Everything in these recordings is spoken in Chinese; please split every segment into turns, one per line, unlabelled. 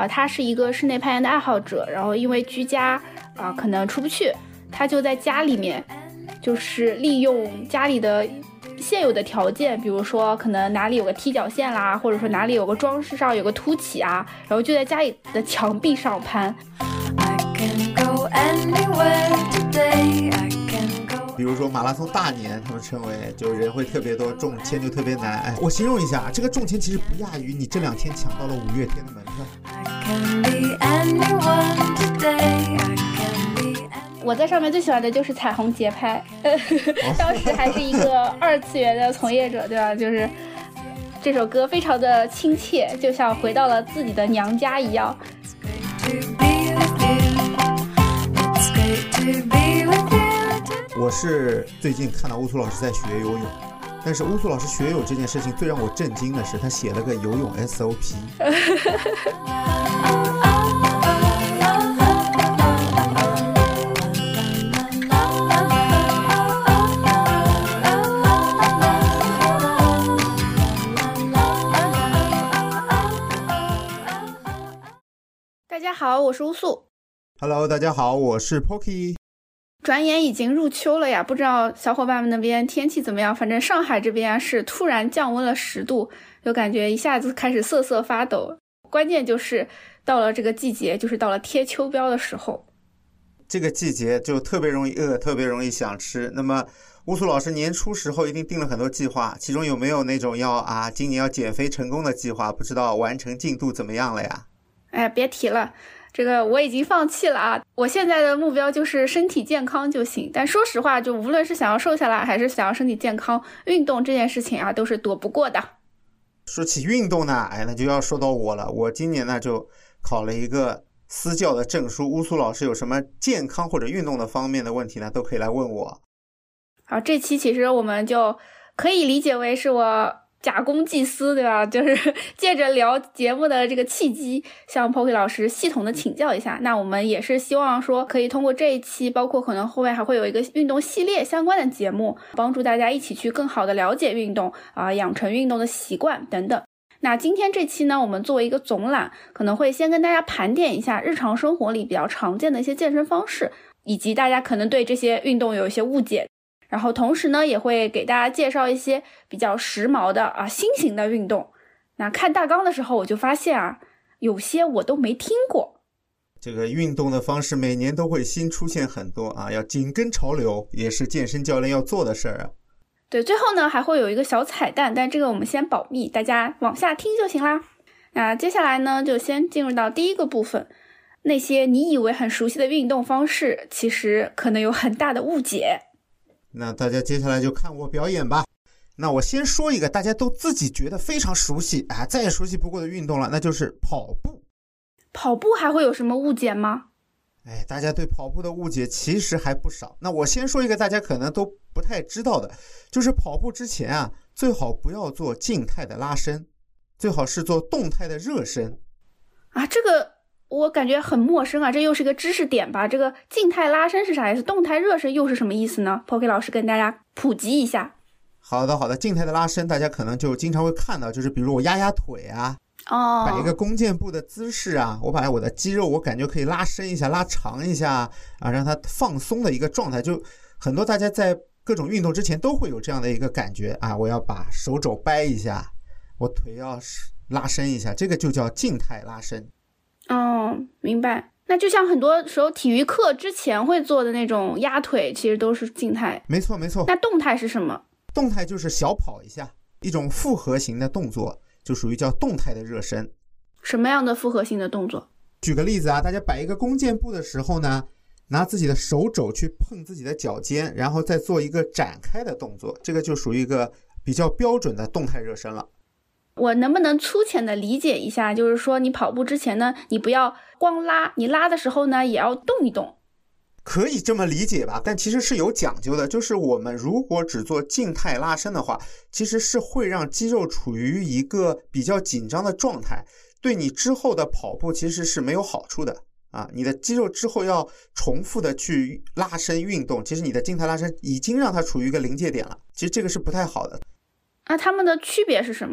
他是一个室内攀岩的爱好者，然后因为居家可能出不去，他就在家里面就是利用家里的现有的条件，比如说可能哪里有个踢脚线啦，或者说哪里有个装饰上有个凸起啊，然后就在家里的墙壁上攀。
比如说马拉松大年，他们称为就人会特别多，中签就特别难。哎，我形容一下，这个中签其实不亚于你这2天抢到了5月天的门票。
我在上面最喜欢的就是彩虹节拍，当时还是一个2次元的从业者，对吧？就是这首歌非常的亲切，就像回到了自己的娘家一样。
我是最近看到乌苏老师在学游泳，但是乌苏老师学游泳这件事情最让我震惊的是，他写了个游泳 SOP。
大家好，我是乌素。
Hello， 大家好，我是 Pocky。
转眼已经入秋了呀，不知道小伙伴们那边天气怎么样？反正上海这边是突然降温了10度，就感觉一下子开始瑟瑟发抖。关键就是到了这个季节，就是到了贴秋膘的时候。
这个季节就特别容易饿，特别容易想吃。那么乌苏老师年初时候一定定了很多计划，其中有没有那种今年要减肥成功的计划？不知道完成进度怎么样了呀？
哎，别提了。这个我已经放弃了啊！我现在的目标就是身体健康就行。但说实话，就无论是想要瘦下来，还是想要身体健康，运动这件事情都是躲不过的。
说起运动呢，那就要说到我了。我今年呢就考了一个私教的证书。乌苏老师有什么健康或者运动的方面的问题呢，都可以来问我。
好，这期其实我们就可以理解为是我假公济私，对吧？就是借着聊节目的这个契机，向 Pocky 老师系统的请教一下。那我们也是希望说，可以通过这一期，包括可能后面还会有一个运动系列相关的节目，帮助大家一起去更好的了解运动养成运动的习惯等等。那今天这期呢，我们作为一个总览，可能会先跟大家盘点一下日常生活里比较常见的一些健身方式，以及大家可能对这些运动有一些误解。然后同时呢，也会给大家介绍一些比较时髦的新型的运动。那看大纲的时候，我就发现有些我都没听过。
这个运动的方式每年都会新出现很多要紧跟潮流，也是健身教练要做的事儿。
对，最后呢还会有一个小彩蛋，但这个我们先保密，大家往下听就行啦。那接下来呢，就先进入到第一个部分，那些你以为很熟悉的运动方式，其实可能有很大的误解。
那大家接下来就看我表演吧。那我先说一个大家都自己觉得非常熟悉再也熟悉不过的运动了，那就是跑步。
跑步还会有什么误解吗？
大家对跑步的误解其实还不少。那我先说一个大家可能都不太知道的，就是跑步之前最好不要做静态的拉伸，最好是做动态的热身。
这个我感觉很陌生这又是个知识点吧？这个静态拉伸是啥意思？动态热身又是什么意思呢？ Pocky 老师跟大家普及一下。
好的，静态的拉伸大家可能就经常会看到，就是比如我压压腿摆一个弓箭步的姿势我把我的肌肉我感觉可以拉伸一下，拉长一下让它放松的一个状态。就很多大家在各种运动之前都会有这样的一个感觉我要把手肘掰一下，我腿要拉伸一下，这个就叫静态拉伸。
明白。那就像很多时候体育课之前会做的那种压腿，其实都是静态。
没错。
那动态是什么？
动态就是小跑一下，一种复合型的动作，就属于叫动态的热身。
什么样的复合型的动作？
举个例子大家摆一个弓箭步的时候呢，拿自己的手肘去碰自己的脚尖，然后再做一个展开的动作，这个就属于一个比较标准的动态热身了。
我能不能粗浅的理解一下，就是说你跑步之前呢，你不要光拉，你拉的时候呢也要动一动。
可以这么理解吧，但其实是有讲究的，就是我们如果只做静态拉伸的话，其实是会让肌肉处于一个比较紧张的状态，对你之后的跑步其实是没有好处的你的肌肉之后要重复的去拉伸运动，其实你的静态拉伸已经让它处于一个临界点了，其实这个是不太好的。
它们的区别是什么？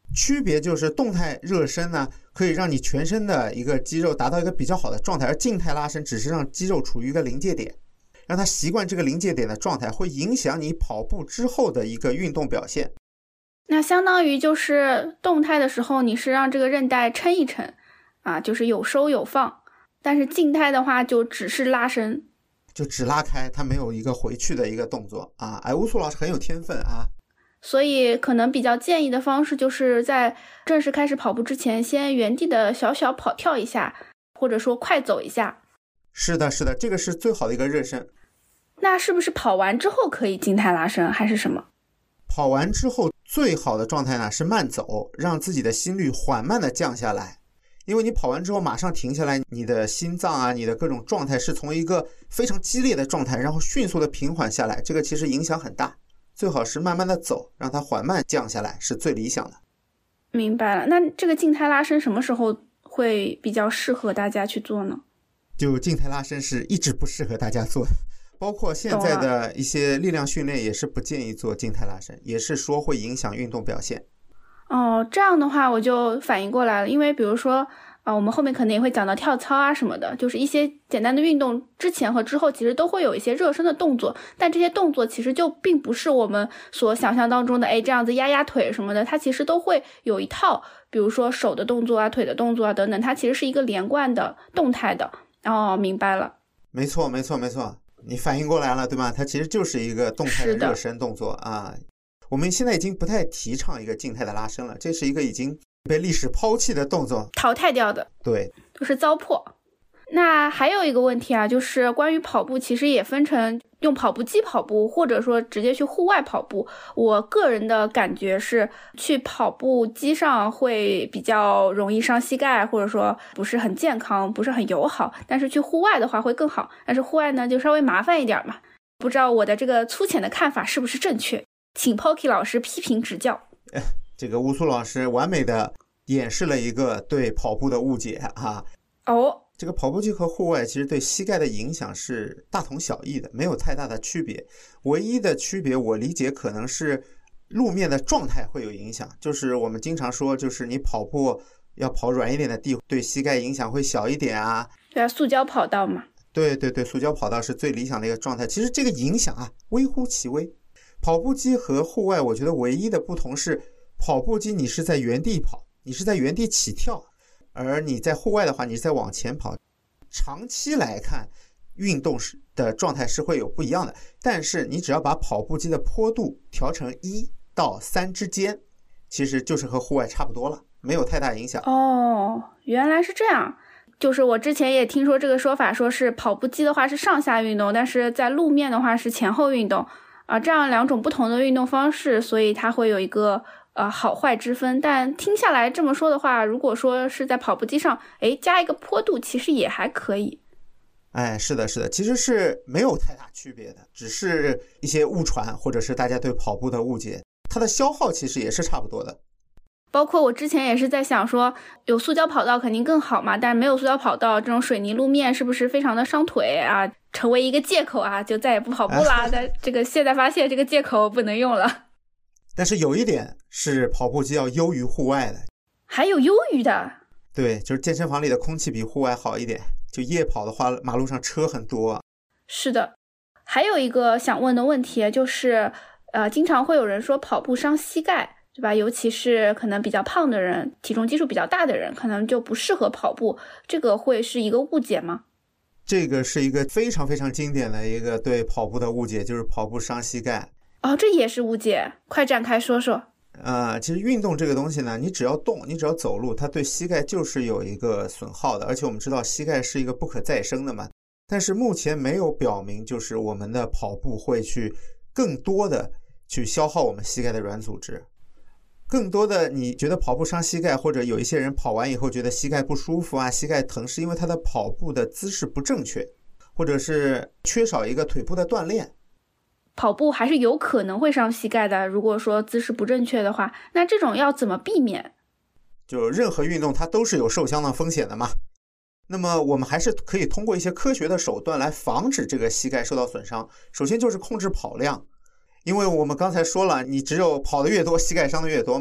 区别就是动态热身呢，可以让你全身的一个肌肉达到一个比较好的状态，而静态拉伸只是让肌肉处于一个临界点，让它习惯这个临界点的状态，会影响你跑步之后的一个运动表现。
那相当于就是动态的时候你是让这个韧带抻一抻啊，就是有收有放，但是静态的话就只是拉伸，
就只拉开，它没有一个回去的一个动作啊。乌苏老师很有天分啊。
所以可能比较建议的方式就是在正式开始跑步之前，先原地的小小跑跳一下，或者说快走一下。
是的，是的，这个是最好的一个热身。
那是不是跑完之后可以静态拉伸，还是什么？
跑完之后最好的状态呢是慢走，让自己的心率缓慢的降下来。因为你跑完之后马上停下来，你的心脏啊，你的各种状态是从一个非常激烈的状态，然后迅速的平缓下来，这个其实影响很大。最好是慢慢的走，让它缓慢降下来，是最理想的。
明白了。那这个静态拉伸什么时候会比较适合大家去做呢？
就静态拉伸是一直不适合大家做的，包括现在的一些力量训练也是不建议做静态拉伸，也是说会影响运动表现。
哦，这样的话我就反应过来了，因为比如说我们后面可能也会讲到跳操啊什么的，就是一些简单的运动之前和之后其实都会有一些热身的动作，但这些动作其实就并不是我们所想象当中的这样子压压腿什么的，它其实都会有一套，比如说手的动作啊，腿的动作啊等等，它其实是一个连贯的动态的。明白了。
没错没错没错，你反应过来了对吧？它其实就是一个动态的热身动作啊。我们现在已经不太提倡一个静态的拉伸了，这是一个已经被历史抛弃的动作，
淘汰掉的。
对，
就是糟粕。那还有一个问题啊，就是关于跑步其实也分成用跑步机跑步，或者说直接去户外跑步。我个人的感觉是去跑步机上会比较容易伤膝盖，或者说不是很健康，不是很友好，但是去户外的话会更好，但是户外呢就稍微麻烦一点嘛。不知道我的这个粗浅的看法是不是正确，请 Poki 老师批评指教。
这个乌苏老师完美的演示了一个对跑步的误解啊。这个跑步机和户外其实对膝盖的影响是大同小异的，没有太大的区别。唯一的区别我理解可能是路面的状态会有影响，就是我们经常说，就是你跑步要跑软一点的地，对膝盖影响会小一点啊。
对啊，塑胶跑道嘛。
对对对，塑胶跑道是最理想的一个状态。其实这个影响啊微乎其微。跑步机和户外我觉得唯一的不同是，跑步机你是在原地跑，你是在原地起跳，而你在户外的话你是在往前跑。长期来看运动的状态是会有不一样的，但是你只要把跑步机的坡度调成1到3之间，其实就是和户外差不多了，没有太大影响。
原来是这样。就是我之前也听说这个说法，说是跑步机的话是上下运动，但是在路面的话是前后运动啊，这样两种不同的运动方式，所以它会有一个好坏之分。但听下来这么说的话，如果说是在跑步机上加一个坡度，其实也还可以。
是的是的，其实是没有太大区别的，只是一些误传或者是大家对跑步的误解，它的消耗其实也是差不多的。
包括我之前也是在想说，有塑胶跑道肯定更好嘛，但是没有塑胶跑道，这种水泥路面是不是非常的伤腿啊，成为一个借口啊，就再也不跑步啦。但这个现在发现这个借口不能用了。
但是有一点是跑步机要优于户外的。
还有优于的？对，
就是健身房里的空气比户外好一点，就夜跑的话马路上车很多。
是的。还有一个想问的问题就是经常会有人说跑步伤膝盖，对吧？尤其是可能比较胖的人，体重基数比较大的人，可能就不适合跑步，这个会是一个误解吗？
这个是一个非常非常经典的一个对跑步的误解，就是跑步伤膝盖。
这也是误解，快展开说说。
其实运动这个东西呢，你只要动，你只要走路，它对膝盖就是有一个损耗的，而且我们知道膝盖是一个不可再生的嘛。但是目前没有表明就是我们的跑步会去更多的去消耗我们膝盖的软组织。更多的你觉得跑步伤膝盖，或者有一些人跑完以后觉得膝盖不舒服啊，膝盖疼，是因为他的跑步的姿势不正确，或者是缺少一个腿部的锻炼。
跑步还是有可能会伤膝盖的，如果说姿势不正确的话，那这种要怎么避免？
就任何运动它都是有受伤的风险的嘛。那么我们还是可以通过一些科学的手段来防止这个膝盖受到损伤。首先就是控制跑量，因为我们刚才说了，你只有跑得越多，膝盖伤得越多嘛。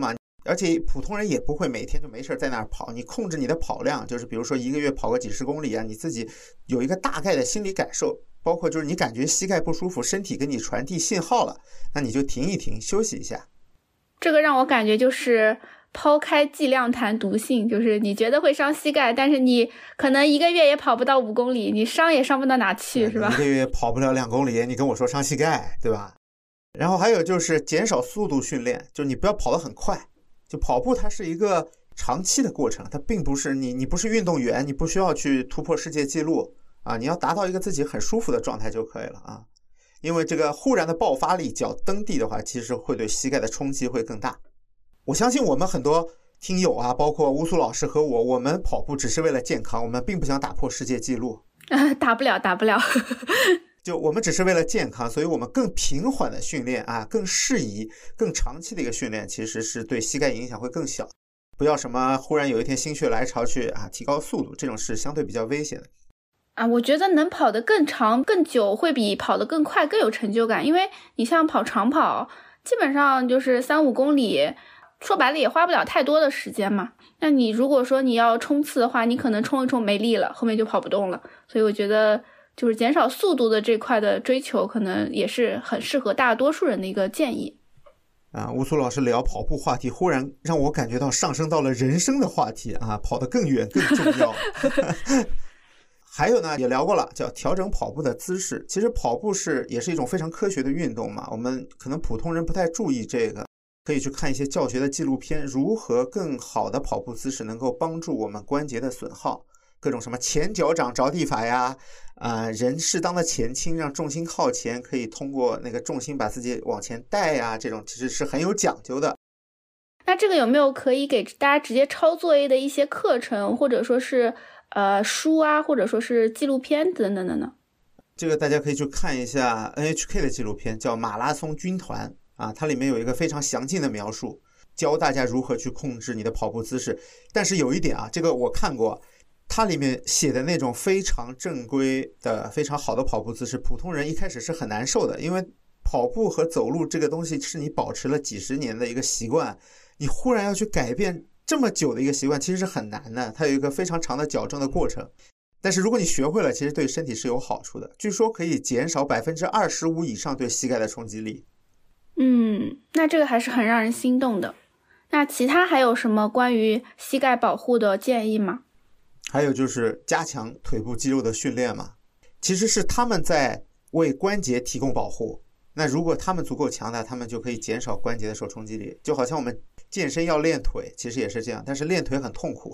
而且普通人也不会每天就没事在那儿跑，你控制你的跑量，就是比如说一个月跑个几十公里啊，你自己有一个大概的心理感受，包括就是你感觉膝盖不舒服，身体给你传递信号了，那你就停一停，休息一下。
这个让我感觉就是抛开剂量谈毒性，就是你觉得会伤膝盖，但是你可能一个月也跑不到5公里，你伤也伤不到哪去，是吧？
一个月跑不了2公里，你跟我说伤膝盖，对吧？然后还有就是减少速度训练，就是你不要跑得很快。就跑步它是一个长期的过程，它并不是你不是运动员，你不需要去突破世界纪录啊，你要达到一个自己很舒服的状态就可以了啊。因为这个忽然的爆发力脚蹬地的话，其实会对膝盖的冲击会更大。我相信我们很多听友啊，包括乌苏老师和我们跑步只是为了健康，我们并不想打破世界纪录。
打不了
就我们只是为了健康，所以我们更平缓的训练啊，更适宜更长期的一个训练，其实是对膝盖影响会更小。不要什么忽然有一天心血来潮去提高速度，这种是相对比较危险的
啊。我觉得能跑得更长更久会比跑得更快更有成就感，因为你像跑长跑基本上就是3-5公里，说白了也花不了太多的时间嘛。那你如果说你要冲刺的话，你可能冲一冲没力了，后面就跑不动了。所以我觉得就是减少速度的这块的追求，可能也是很适合大多数人的一个建议
啊。乌苏老师聊跑步话题，忽然让我感觉到上升到了人生的话题啊，跑得更远更重要。还有呢，也聊过了，叫调整跑步的姿势。其实跑步也是一种非常科学的运动嘛，我们可能普通人不太注意这个，可以去看一些教学的纪录片，如何更好的跑步姿势能够帮助我们关节的损耗。各种什么前脚掌着地法呀，人适当的前倾，让重心靠前，可以通过那个重心把自己往前带呀，这种其实是很有讲究的。
那这个有没有可以给大家直接抄作业的一些课程，或者说是书啊，或者说是纪录片等等的呢？
这个大家可以去看一下 NHK 的纪录片，叫《马拉松军团》啊，它里面有一个非常详尽的描述，教大家如何去控制你的跑步姿势。但是有一点啊，这个我看过，它里面写的那种非常正规的非常好的跑步姿势，普通人一开始是很难受的，因为跑步和走路这个东西是你保持了几十年的一个习惯，你忽然要去改变这么久的一个习惯，其实是很难的，它有一个非常长的矫正的过程。但是如果你学会了，其实对身体是有好处的，据说可以减少25%以上对膝盖的冲击力。
那这个还是很让人心动的。那其他还有什么关于膝盖保护的建议吗？
还有就是加强腿部肌肉的训练嘛，其实是他们在为关节提供保护。那如果他们足够强大，他们就可以减少关节的受冲击力。就好像我们健身要练腿，其实也是这样，但是练腿很痛苦。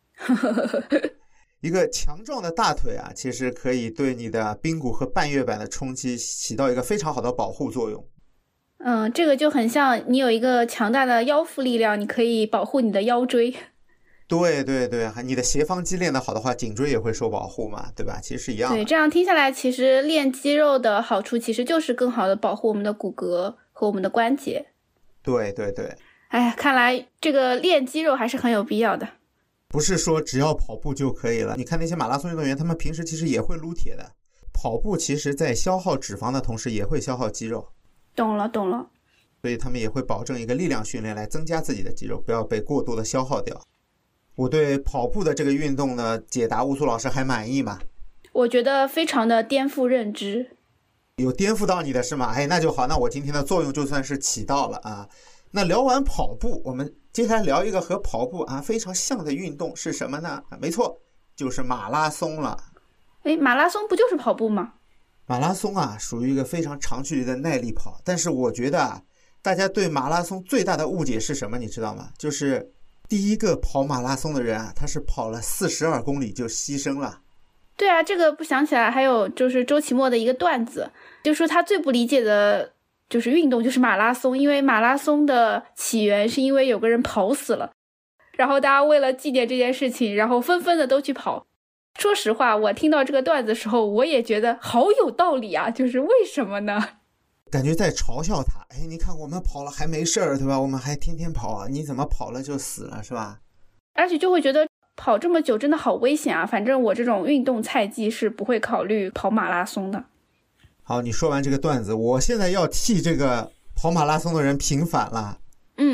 一个强壮的大腿啊，其实可以对你的髌骨和半月板的冲击起到一个非常好的保护作用。
这个就很像你有一个强大的腰腹力量，你可以保护你的腰椎。
对对对，你的斜方肌练得好的话，颈椎也会受保护嘛，对吧？其实是一样的。
对，这样听下来，其实练肌肉的好处其实就是更好的保护我们的骨骼和我们的关节。
对对对。
哎呀，看来这个练肌肉还是很有必要的。
不是说只要跑步就可以了，你看那些马拉松运动员，他们平时其实也会撸铁的。跑步其实在消耗脂肪的同时，也会消耗肌肉。
懂了。
所以他们也会保证一个力量训练来增加自己的肌肉，不要被过度的消耗掉。我对跑步的这个运动呢，解答乌苏老师还满意吗？
我觉得非常的颠覆认知。
有颠覆到你的是吗？那就好，那我今天的作用就算是起到了啊。那聊完跑步，我们接下来聊一个和跑步非常像的运动是什么呢？没错，就是马拉松了。
马拉松不就是跑步吗？
马拉松属于一个非常长距离的耐力跑，但是我觉得大家对马拉松最大的误解是什么，你知道吗？就是第一个跑马拉松的人他是跑了42公里就牺牲了。
对啊，这个不想起来还有就是周奇墨的一个段子，就说他最不理解的就是运动就是马拉松，因为马拉松的起源是因为有个人跑死了，然后大家为了纪念这件事情，然后纷纷的都去跑。说实话，我听到这个段子的时候，我也觉得好有道理啊，就是为什么呢？
感觉在嘲笑他，你看我们跑了还没事儿，对吧？我们还天天跑你怎么跑了就死了，是吧？
而且就会觉得跑这么久真的好危险啊，反正我这种运动菜鸡是不会考虑跑马拉松的。
好，你说完这个段子，我现在要替这个跑马拉松的人平反了。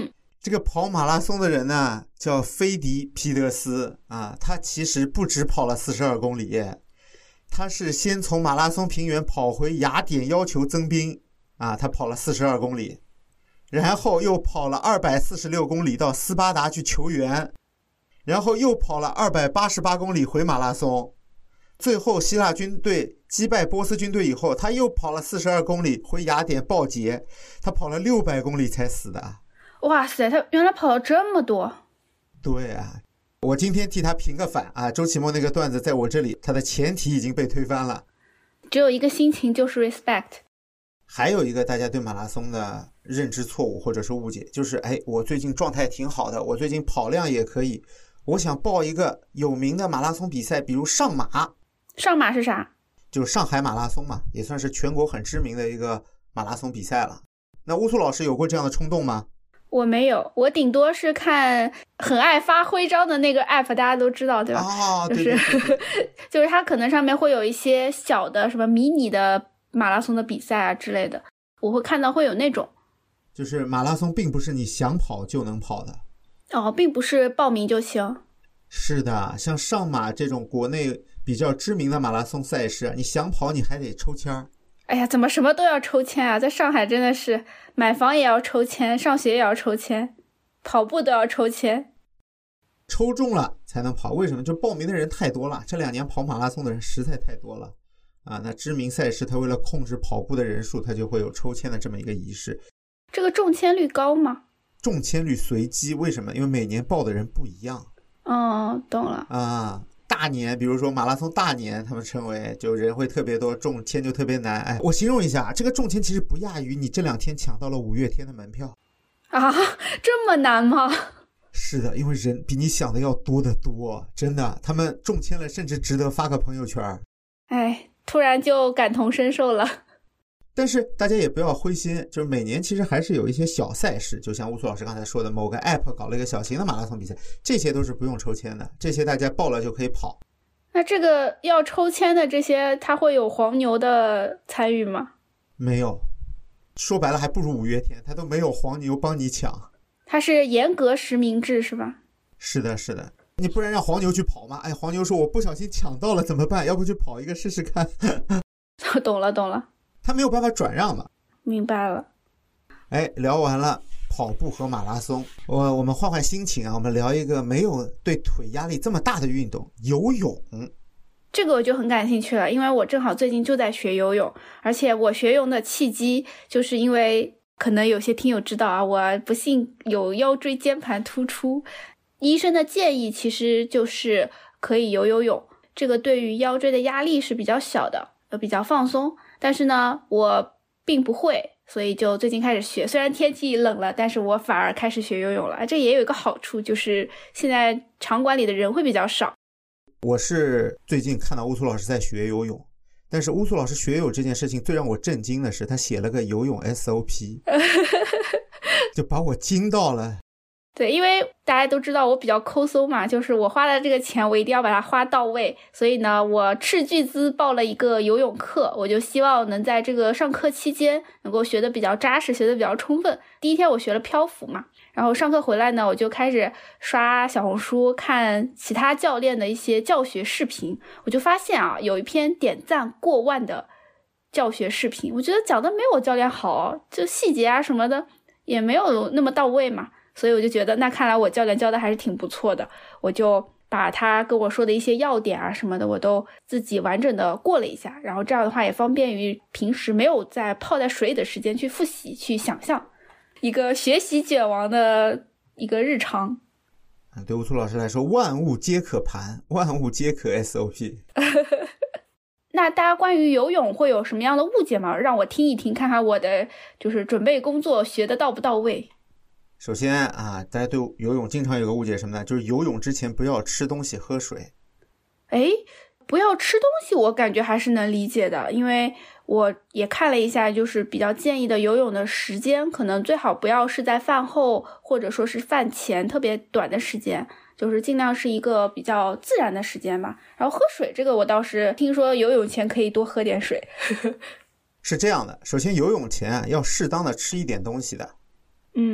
这个跑马拉松的人呢叫菲迪皮德斯啊，他其实不止跑了42公里，他是先从马拉松平原跑回雅典要求增兵啊，他跑了42公里，然后又跑了246公里到斯巴达去求援，然后又跑了288公里回马拉松，最后希腊军队击败波斯军队以后，他又跑了42公里回雅典报捷，他跑了600公里才死的。
哇塞，他原来跑了这么多。
对啊，我今天替他平个反啊！周奇墨那个段子在我这里，他的前提已经被推翻了。
只有一个心情，就是 respect。
还有一个大家对马拉松的认知错误或者是误解，就是我最近状态挺好的，我最近跑量也可以，我想报一个有名的马拉松比赛，比如上马。
上马是啥？
就上海马拉松嘛，也算是全国很知名的一个马拉松比赛了。那乌苏老师有过这样的冲动吗？
我没有，我顶多是看很爱发徽章的那个 app， 大家都知道对吧？就是
对对对对
就是它可能上面会有一些小的什么迷你的马拉松的比赛啊之类的，我会看到会有那种。
就是马拉松并不是你想跑就能跑的。
并不是报名就行。
是的，像上马这种国内比较知名的马拉松赛事，你想跑你还得抽签。
哎呀，怎么什么都要抽签啊？在上海真的是买房也要抽签，上学也要抽签，跑步都要抽签，
抽中了才能跑。为什么？就报名的人太多了，这2年跑马拉松的人实在太多了啊！那知名赛事它为了控制跑步的人数，它就会有抽签的这么一个仪式。
这个中签率高吗？
中签率随机，为什么？因为每年报的人不一样。
懂了
啊。大年，比如说马拉松大年，他们称为就人会特别多，中签就特别难。我形容一下，这个中签其实不亚于你这2天抢到了5月天的门票
啊，这么难吗？
是的，因为人比你想的要多得多，真的，他们中签了甚至值得发个朋友圈。
突然就感同身受了。
但是大家也不要灰心，就是每年其实还是有一些小赛事，就像乌苏老师刚才说的，某个 app 搞了一个小型的马拉松比赛，这些都是不用抽签的，这些大家报了就可以跑。
那这个要抽签的这些，它会有黄牛的参与吗？
没有，说白了还不如5月天，它都没有黄牛帮你抢。
它是严格实名制是吧？
是的是的，你不然让黄牛去跑吗？黄牛说我不小心抢到了怎么办？要不去跑一个试试看。
懂了，
他没有办法转让嘛。
明白了。
聊完了跑步和马拉松，我们换换心情啊，我们聊一个没有对腿压力这么大的运动——游泳。
这个我就很感兴趣了，因为我正好最近就在学游泳，而且我学泳的契机就是因为可能有些听友知道啊，我不幸有腰椎间盘突出，医生的建议其实就是可以游泳，这个对于腰椎的压力是比较小的，比较放松。但是呢，我并不会，所以就最近开始学。虽然天气冷了，但是我反而开始学游泳了。这也有一个好处，就是现在场馆里的人会比较少。
我是最近看到乌苏老师在学游泳，但是乌苏老师学游泳这件事情最让我震惊的是，他写了个游泳 SOP， 就把我惊到了。
对，因为大家都知道我比较抠搜嘛，就是我花的这个钱我一定要把它花到位，所以呢我斥巨资报了一个游泳课，我就希望能在这个上课期间能够学得比较扎实，学得比较充分。第一天我学了漂浮嘛，然后上课回来呢，我就开始刷小红书，看其他教练的一些教学视频，我就发现啊，有一篇点赞过万的教学视频，我觉得讲的没有我教练好，就细节啊什么的也没有那么到位嘛，所以我就觉得那看来我教练教的还是挺不错的，我就把他跟我说的一些要点啊什么的我都自己完整的过了一下，然后这样的话也方便于平时没有在泡在水里的时间去复习，去想象一个学习卷王的一个日常。
对乌苏老师来说，万物皆可盘，万物皆可 SOP。
那大家关于游泳会有什么样的误解吗？让我听一听，看看我的就是准备工作学的到不到位。
首先啊，大家对游泳经常有个误解什么呢？就是游泳之前不要吃东西喝水。
不要吃东西我感觉还是能理解的，因为我也看了一下，就是比较建议的游泳的时间，可能最好不要是在饭后或者说是饭前特别短的时间，就是尽量是一个比较自然的时间吧。然后喝水这个我倒是听说游泳前可以多喝点水。
是这样的，首先游泳前啊要适当的吃一点东西的。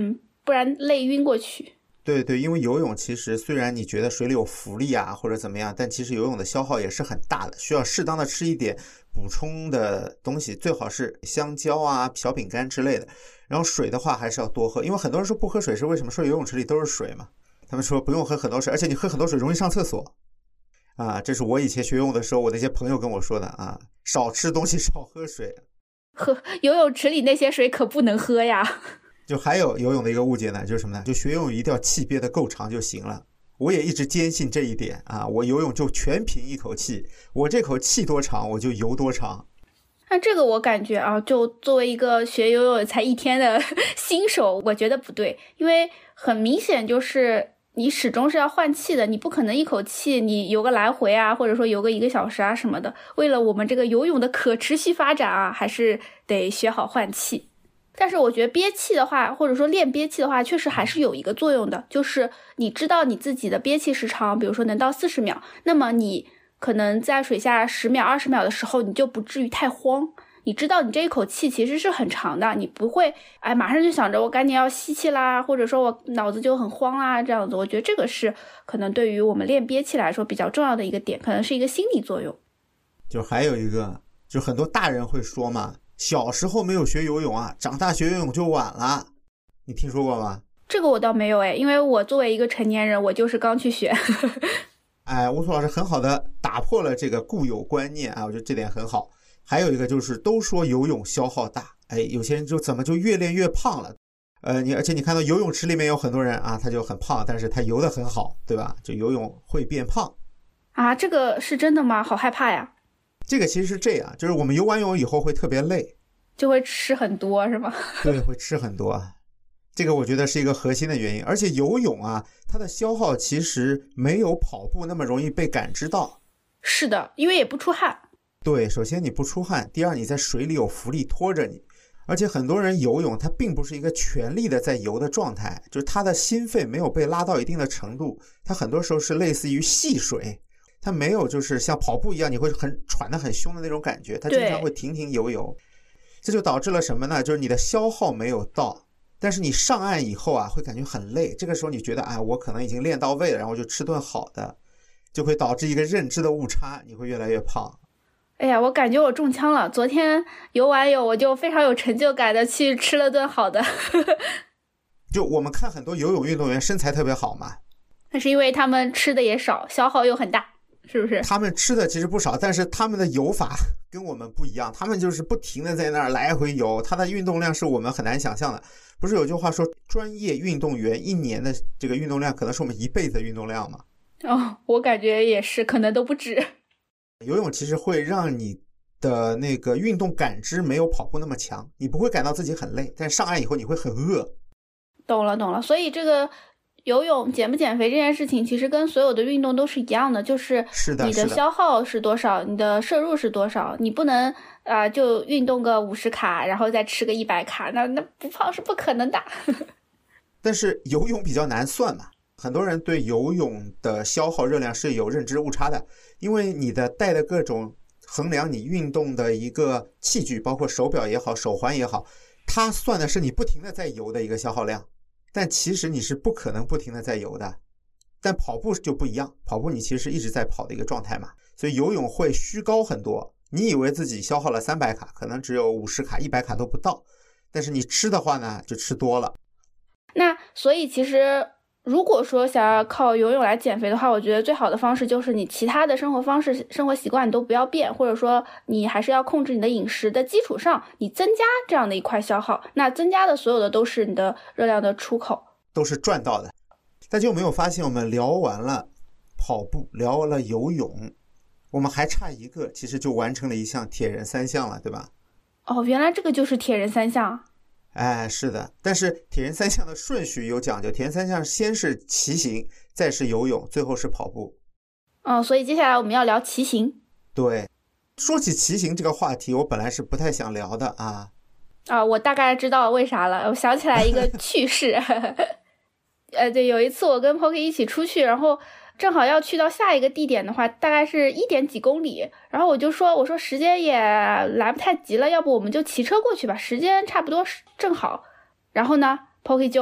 不然累晕过去。
对对，因为游泳其实虽然你觉得水里有浮力啊或者怎么样，但其实游泳的消耗也是很大的，需要适当的吃一点补充的东西，最好是香蕉啊、小饼干之类的。然后水的话还是要多喝，因为很多人说不喝水是为什么？说游泳池里都是水嘛，他们说不用喝很多水，而且你喝很多水容易上厕所啊。这是我以前学游泳的时候我的一些朋友跟我说的啊，少吃东西少喝水。
游泳池里那些水可不能喝呀。
就还有游泳的一个误解呢，就是什么呢？就学游泳一定要气憋得够长就行了。我也一直坚信这一点啊，我游泳就全凭一口气，我这口气多长我就游多长。
那这个我感觉啊，就作为一个学游泳才1天的新手，我觉得不对，因为很明显就是你始终是要换气的，你不可能一口气你游个来回啊，或者说游个1个小时啊什么的。为了我们这个游泳的可持续发展啊，还是得学好换气。但是我觉得憋气的话，或者说练憋气的话，确实还是有一个作用的，就是你知道你自己的憋气时长，比如说能到40秒，那么你可能在水下10秒、20秒的时候，你就不至于太慌。你知道你这一口气其实是很长的，你不会马上就想着我赶紧要吸气啦，或者说我脑子就很慌啦，这样子。我觉得这个是可能对于我们练憋气来说比较重要的一个点，可能是一个心理作用。
就还有一个，就很多大人会说嘛，小时候没有学游泳啊，长大学游泳就晚了，你听说过吗？
这个我倒没有因为我作为一个成年人，我就是刚去学。
乌苏老师很好的打破了这个固有观念啊，我觉得这点很好。还有一个就是都说游泳消耗大，有些人就怎么就越练越胖了。而且你看到游泳池里面有很多人啊，他就很胖，但是他游得很好，对吧？就游泳会变胖
啊，这个是真的吗？好害怕呀。
这个其实是这样，就是我们游完泳以后会特别累，
就会吃很多是吗？
对，会吃很多，这个我觉得是一个核心的原因。而且游泳啊，它的消耗其实没有跑步那么容易被感知到。
是的，因为也不出汗。
对，首先你不出汗，第二你在水里有浮力拖着你，而且很多人游泳他并不是一个全力的在游的状态，就是他的心肺没有被拉到一定的程度，他很多时候是类似于戏水，他没有就是像跑步一样你会喘得很凶的那种感觉，他经常会停停游游。这就导致了什么呢？就是你的消耗没有到，但是你上岸以后啊会感觉很累，这个时候你觉得我可能已经练到位了，然后就吃顿好的，就会导致一个认知的误差，你会越来越胖。
哎呀，我感觉我中枪了。昨天游完泳，我就非常有成就感的去吃了顿好的。
就我们看很多游泳运动员身材特别好嘛，
那是因为他们吃的也少，消耗又很大，是不是？
他们吃的其实不少，但是他们的游法跟我们不一样，他们就是不停的在那儿来回游，他的运动量是我们很难想象的。不是有句话说，专业运动员1年的这个运动量可能是我们1辈子的运动量吗？
我感觉也是，可能都不止。
游泳其实会让你的那个运动感知没有跑步那么强，你不会感到自己很累，但上岸以后你会很饿。
懂了。所以这个游泳减不减肥这件事情，其实跟所有的运动都是一样的，就是你的消耗是多少，你的摄入是多少，你不能就运动个50卡，然后再吃个100卡，那不胖是不可能的。
但是游泳比较难算嘛，很多人对游泳的消耗热量是有认知误差的，因为你的带的各种衡量你运动的一个器具，包括手表也好手环也好，它算的是你不停的在游的一个消耗量，但其实你是不可能不停的在游的。但跑步就不一样，跑步你其实是一直在跑的一个状态嘛，所以游泳会虚高很多，你以为自己消耗了300卡，可能只有50卡100卡都不到，但是你吃的话呢就吃多了。
那所以其实如果说想要靠游泳来减肥的话，我觉得最好的方式就是你其他的生活方式、生活习惯你都不要变，或者说你还是要控制你的饮食的基础上，你增加这样的一块消耗，那增加的所有的都是你的热量的出口，
都是赚到的。大家有没有发现，我们聊完了跑步，聊完了游泳，我们还差一个，其实就完成了一项铁人3项了，对吧？
原来这个就是铁人3项。
是的，但是铁人3项的顺序有讲究，铁人3项先是骑行，再是游泳，最后是跑步。
所以接下来我们要聊骑行。对，
说起骑行这个话题，我本来是不太想聊的
我大概知道为啥了，我想起来一个趣事。对，有一次我跟 Poki 一起出去，然后正好要去到下一个地点的话，大概是1点几公里，然后我说时间也来不太及了，要不我们就骑车过去吧，时间差不多正好。然后呢 Poki 就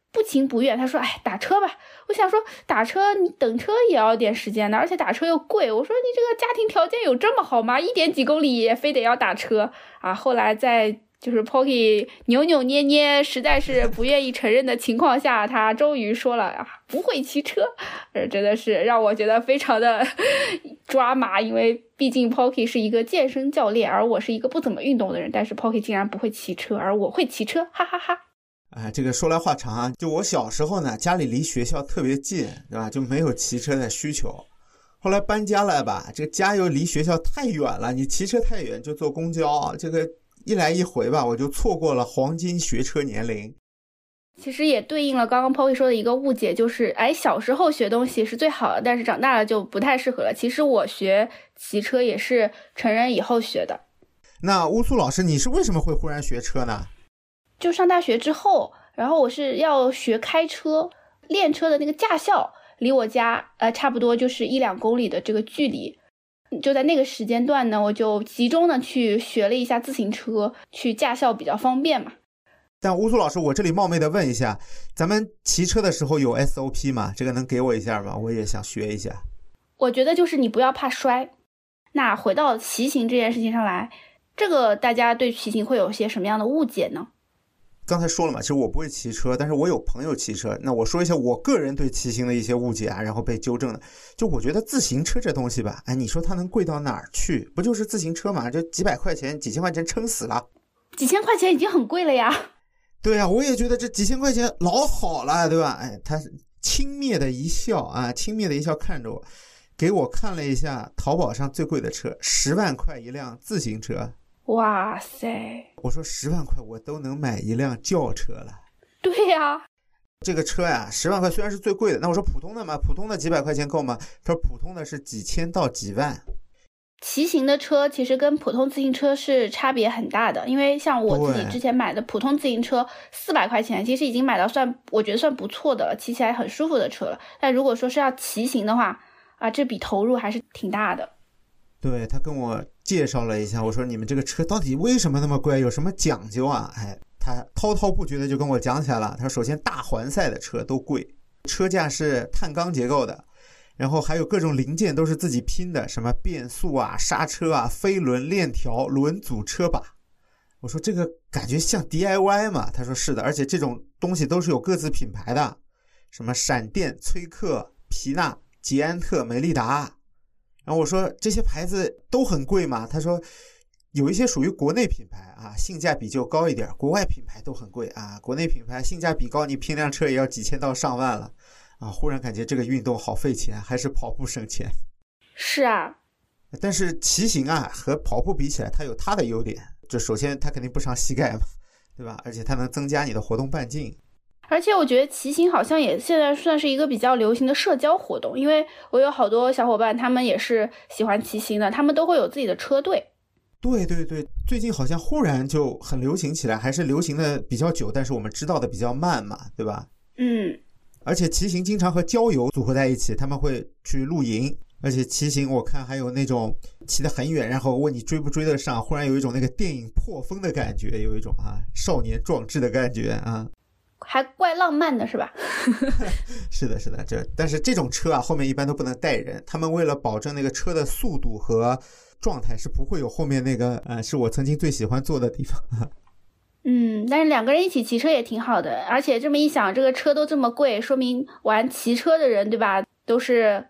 不情不愿，他说哎，打车吧。我想说打车你等车也要点时间的，而且打车又贵，我说你这个家庭条件有这么好吗？1点几公里也非得要打车啊。后来在就是 Pocky 扭扭捏捏实在是不愿意承认的情况下，他终于说了啊，不会骑车。真的是让我觉得非常的抓马，因为毕竟 Pocky 是一个健身教练，而我是一个不怎么运动的人，但是 Pocky 竟然不会骑车，而我会骑车，哈哈哈。
这个说来话长啊，就我小时候呢，家里离学校特别近，对吧？就没有骑车的需求。后来搬家了吧，这个家又离学校太远了，你骑车太远就坐公交，这个一来一回吧，我就错过了黄金学车年龄。
其实也对应了刚刚 Pocky 说的一个误解，就是小时候学东西是最好的，但是长大了就不太适合了。其实我学骑车也是成人以后学的。
那乌苏老师，你是为什么会忽然学车呢？
就上大学之后，然后我是要学开车，练车的那个驾校离我家差不多就是1-2公里的这个距离。就在那个时间段呢，我就集中的去学了一下自行车，去驾校比较方便嘛。
但乌苏老师，我这里冒昧的问一下，咱们骑车的时候有 SOP 吗？这个能给我一下吗？我也想学一下。
我觉得就是你不要怕摔。那回到骑行这件事情上来，这个大家对骑行会有些什么样的误解呢？
刚才说了嘛，其实我不会骑车，但是我有朋友骑车。那我说一下我个人对骑行的一些误解啊，然后被纠正的。就我觉得自行车这东西吧，你说它能贵到哪儿去？不就是自行车嘛，这几百块钱、几千块钱撑死了。
几千块钱已经很贵了呀。
对啊，我也觉得这几千块钱老好了，对吧？他轻蔑的一笑啊，轻蔑的一笑看着我，给我看了一下淘宝上最贵的车，10万块一辆自行车。
哇塞！
我说10万块我都能买一辆轿车了。
对呀，
这个车呀，10万块虽然是最贵的，那我说普通的嘛，普通的几百块钱够吗？他说普通的是几千到几万。
骑行的车其实跟普通自行车是差别很大的，因为像我自己之前买的普通自行车400块钱，其实已经买到我觉得算不错的了，骑起来很舒服的车了。但如果说是要骑行的话啊，这笔投入还是挺大的。
对，他跟我介绍了一下，我说你们这个车到底为什么那么贵，有什么讲究啊？他滔滔不绝的就跟我讲起来了。他说首先大环赛的车都贵，车架是碳钢结构的，然后还有各种零件都是自己拼的，什么变速啊、刹车啊、飞轮、链条、轮组、车把。我说这个感觉像 DIY 嘛？他说是的，而且这种东西都是有各自品牌的，什么闪电、崔克、皮纳、捷安特、美利达。然后我说这些牌子都很贵吗？他说有一些属于国内品牌啊，性价比就高一点，国外品牌都很贵啊。国内品牌性价比高，你拼辆车也要几千到上万了啊！忽然感觉这个运动好费钱，还是跑步省钱。
是啊，
但是骑行啊和跑步比起来，它有它的优点。就首先它肯定不伤膝盖嘛，对吧？而且它能增加你的活动半径。
而且我觉得骑行好像也现在算是一个比较流行的社交活动，因为我有好多小伙伴，他们也是喜欢骑行的，他们都会有自己的车队。
对对对，最近好像忽然就很流行起来，还是流行的比较久，但是我们知道的比较慢嘛，对吧？而且骑行经常和郊游组合在一起，他们会去露营，而且骑行我看还有那种骑得很远，然后问你追不追得上，忽然有一种那个电影破风的感觉，有一种少年壮志的感觉啊。
还怪浪漫的是吧？
是的是的，但是这种车啊后面一般都不能带人，他们为了保证那个车的速度和状态是不会有后面那个是我曾经最喜欢坐的地方。
但是2个人一起骑车也挺好的，而且这么一想，这个车都这么贵，说明玩骑车的人对吧都是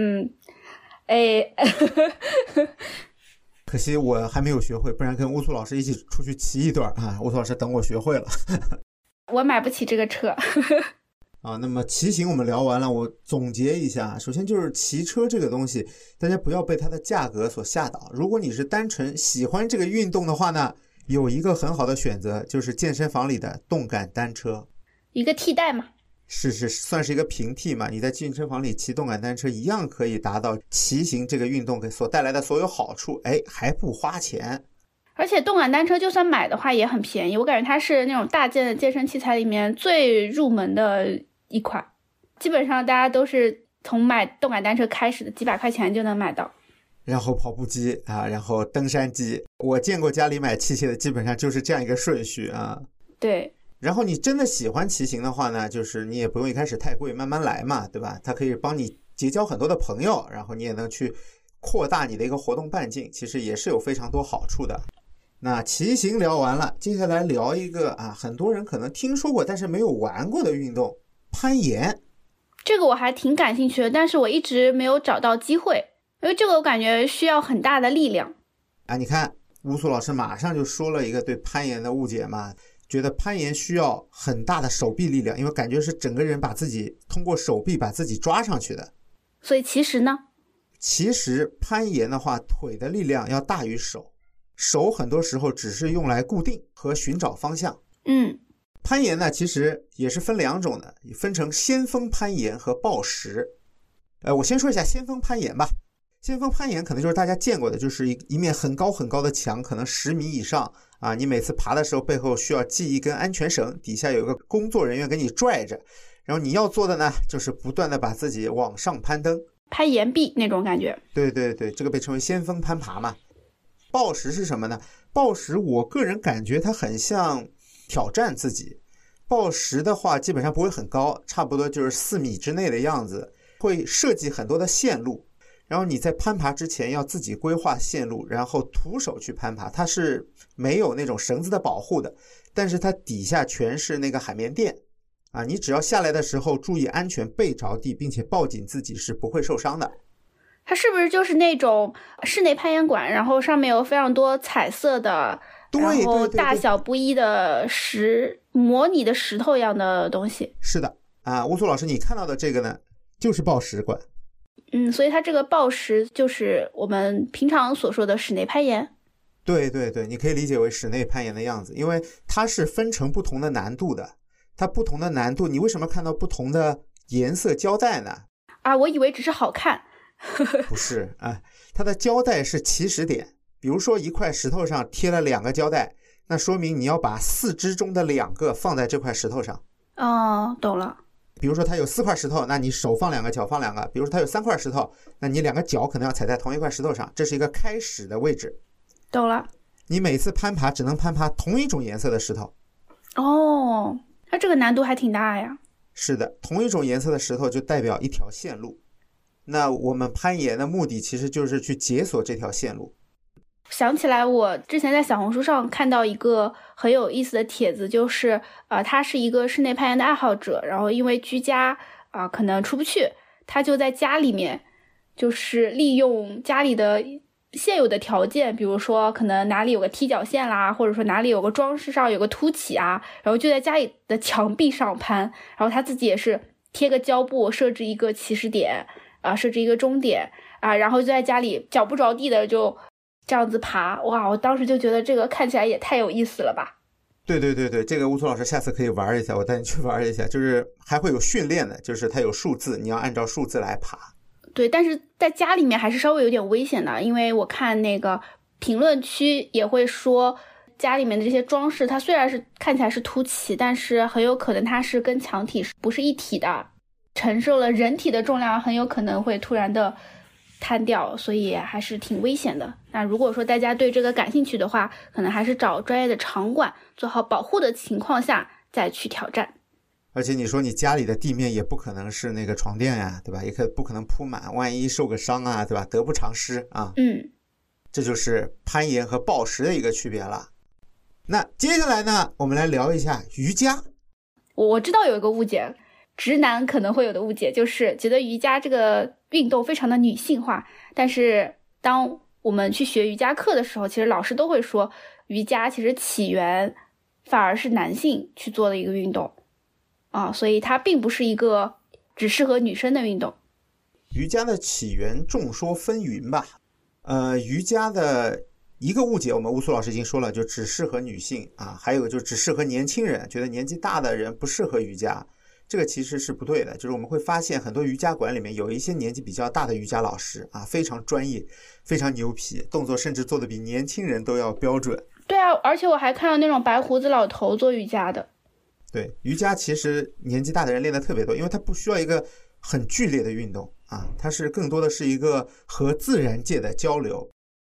可惜我还没有学会，不然跟乌苏老师一起出去骑一段啊！乌苏老师等我学会了。
我买不起这个车。
那么骑行我们聊完了，我总结一下，首先就是骑车这个东西，大家不要被它的价格所吓倒。如果你是单纯喜欢这个运动的话呢，有一个很好的选择，就是健身房里的动感单车，
一个替代嘛。
是算是一个平替嘛，你在健身房里骑动感单车一样可以达到骑行这个运动所带来的所有好处，还不花钱。
而且动感单车就算买的话也很便宜，我感觉它是那种大件的健身器材里面最入门的一款，基本上大家都是从买动感单车开始的，几百块钱就能买到。
然后跑步机然后登山机，我见过家里买器械的基本上就是这样一个顺序啊。
对，
然后你真的喜欢骑行的话呢，就是你也不用一开始太贵，慢慢来嘛，对吧？它可以帮你结交很多的朋友，然后你也能去扩大你的一个活动半径，其实也是有非常多好处的。那骑行聊完了，接下来聊一个很多人可能听说过但是没有玩过的运动，攀岩。
这个我还挺感兴趣的，但是我一直没有找到机会，因为这个我感觉需要很大的力量。
你看乌苏老师马上就说了一个对攀岩的误解嘛，觉得攀岩需要很大的手臂力量，因为感觉是整个人把自己通过手臂把自己抓上去的。
所以其实呢？
其实攀岩的话，腿的力量要大于手，手很多时候只是用来固定和寻找方向。攀岩呢，其实也是分两种的，分成先锋攀岩和抱石。我先说一下先锋攀岩吧。先锋攀岩可能就是大家见过的，就是一面很高很高的墙，可能10米以上啊。你每次爬的时候，背后需要系一根安全绳，底下有一个工作人员给你拽着，然后你要做的呢，就是不断的把自己往上攀登，
攀岩壁那种感觉。
对对对，这个被称为先锋攀爬嘛。抱石是什么呢？抱石我个人感觉它很像挑战自己。抱石的话基本上不会很高，差不多就是4米之内的样子，会设计很多的线路，然后你在攀爬之前要自己规划线路，然后徒手去攀爬。它是没有那种绳子的保护的，但是它底下全是那个海绵垫你只要下来的时候注意安全，背着地并且抱紧自己是不会受伤的。
它是不是就是那种室内攀岩馆，然后上面有非常多彩色的，然后大小不一的模拟的石头一样的东西？
是的乌苏老师，你看到的这个呢，就是抱石馆。
所以它这个抱石就是我们平常所说的室内攀岩。
对对对，你可以理解为室内攀岩的样子，因为它是分成不同的难度的。它不同的难度，你为什么看到不同的颜色胶带呢？
我以为只是好看。
不是它的胶带是起始点。比如说一块石头上贴了2个胶带，那说明你要把4只中的2个放在这块石头上。
懂了。
比如说它有4块石头，那你手放2个，脚放2个。比如说它有3块石头，那你2个脚可能要踩在同一块石头上，这是一个开始的位置。
懂了。
你每次攀爬只能攀爬同一种颜色的石头。
那这个难度还挺大呀。
是的，同一种颜色的石头就代表一条线路。那我们攀岩的目的其实就是去解锁这条线路。
想起来我之前在小红书上看到一个很有意思的帖子，就是他是一个室内攀岩的爱好者，然后因为居家可能出不去，他就在家里面就是利用家里的现有的条件，比如说可能哪里有个踢脚线啦，或者说哪里有个装饰上有个凸起然后就在家里的墙壁上攀，然后他自己也是贴个胶布，设置一个起始点设置一个终点然后就在家里脚不着地的就这样子爬。哇，我当时就觉得这个看起来也太有意思了吧。
对对对对，这个乌苏老师下次可以玩一下，我带你去玩一下，就是还会有训练的，就是它有数字，你要按照数字来爬。
对，但是在家里面还是稍微有点危险的，因为我看那个评论区也会说家里面的这些装饰它虽然是看起来是凸起，但是很有可能它是跟墙体不是一体的，承受了人体的重量很有可能会突然的瘫掉，所以还是挺危险的。那如果说大家对这个感兴趣的话，可能还是找专业的场馆做好保护的情况下再去挑战。
而且你说你家里的地面也不可能是那个床垫呀，对吧？也不可能铺满，万一受个伤对吧？得不偿失这就是攀岩和抱石的一个区别了。那接下来呢，我们来聊一下瑜伽。
我知道有一个误解，直男可能会有的误解，就是觉得瑜伽这个运动非常的女性化，但是当我们去学瑜伽课的时候，其实老师都会说瑜伽其实起源反而是男性去做的一个运动所以它并不是一个只适合女生的运动。
瑜伽的起源众说纷纭吧。瑜伽的一个误解我们乌苏老师已经说了，就只适合女性还有就只适合年轻人，觉得年纪大的人不适合瑜伽。这个其实是不对的，就是我们会发现很多瑜伽馆里面有一些年纪比较大的瑜伽老师非常专业，非常牛皮，动作甚至做的比年轻人都要标准。
对而且我还看到那种白胡子老头做瑜伽的。
对，瑜伽其实年纪大的人练的特别多，因为它不需要一个很剧烈的运动它是更多的是一个和自然界的交流。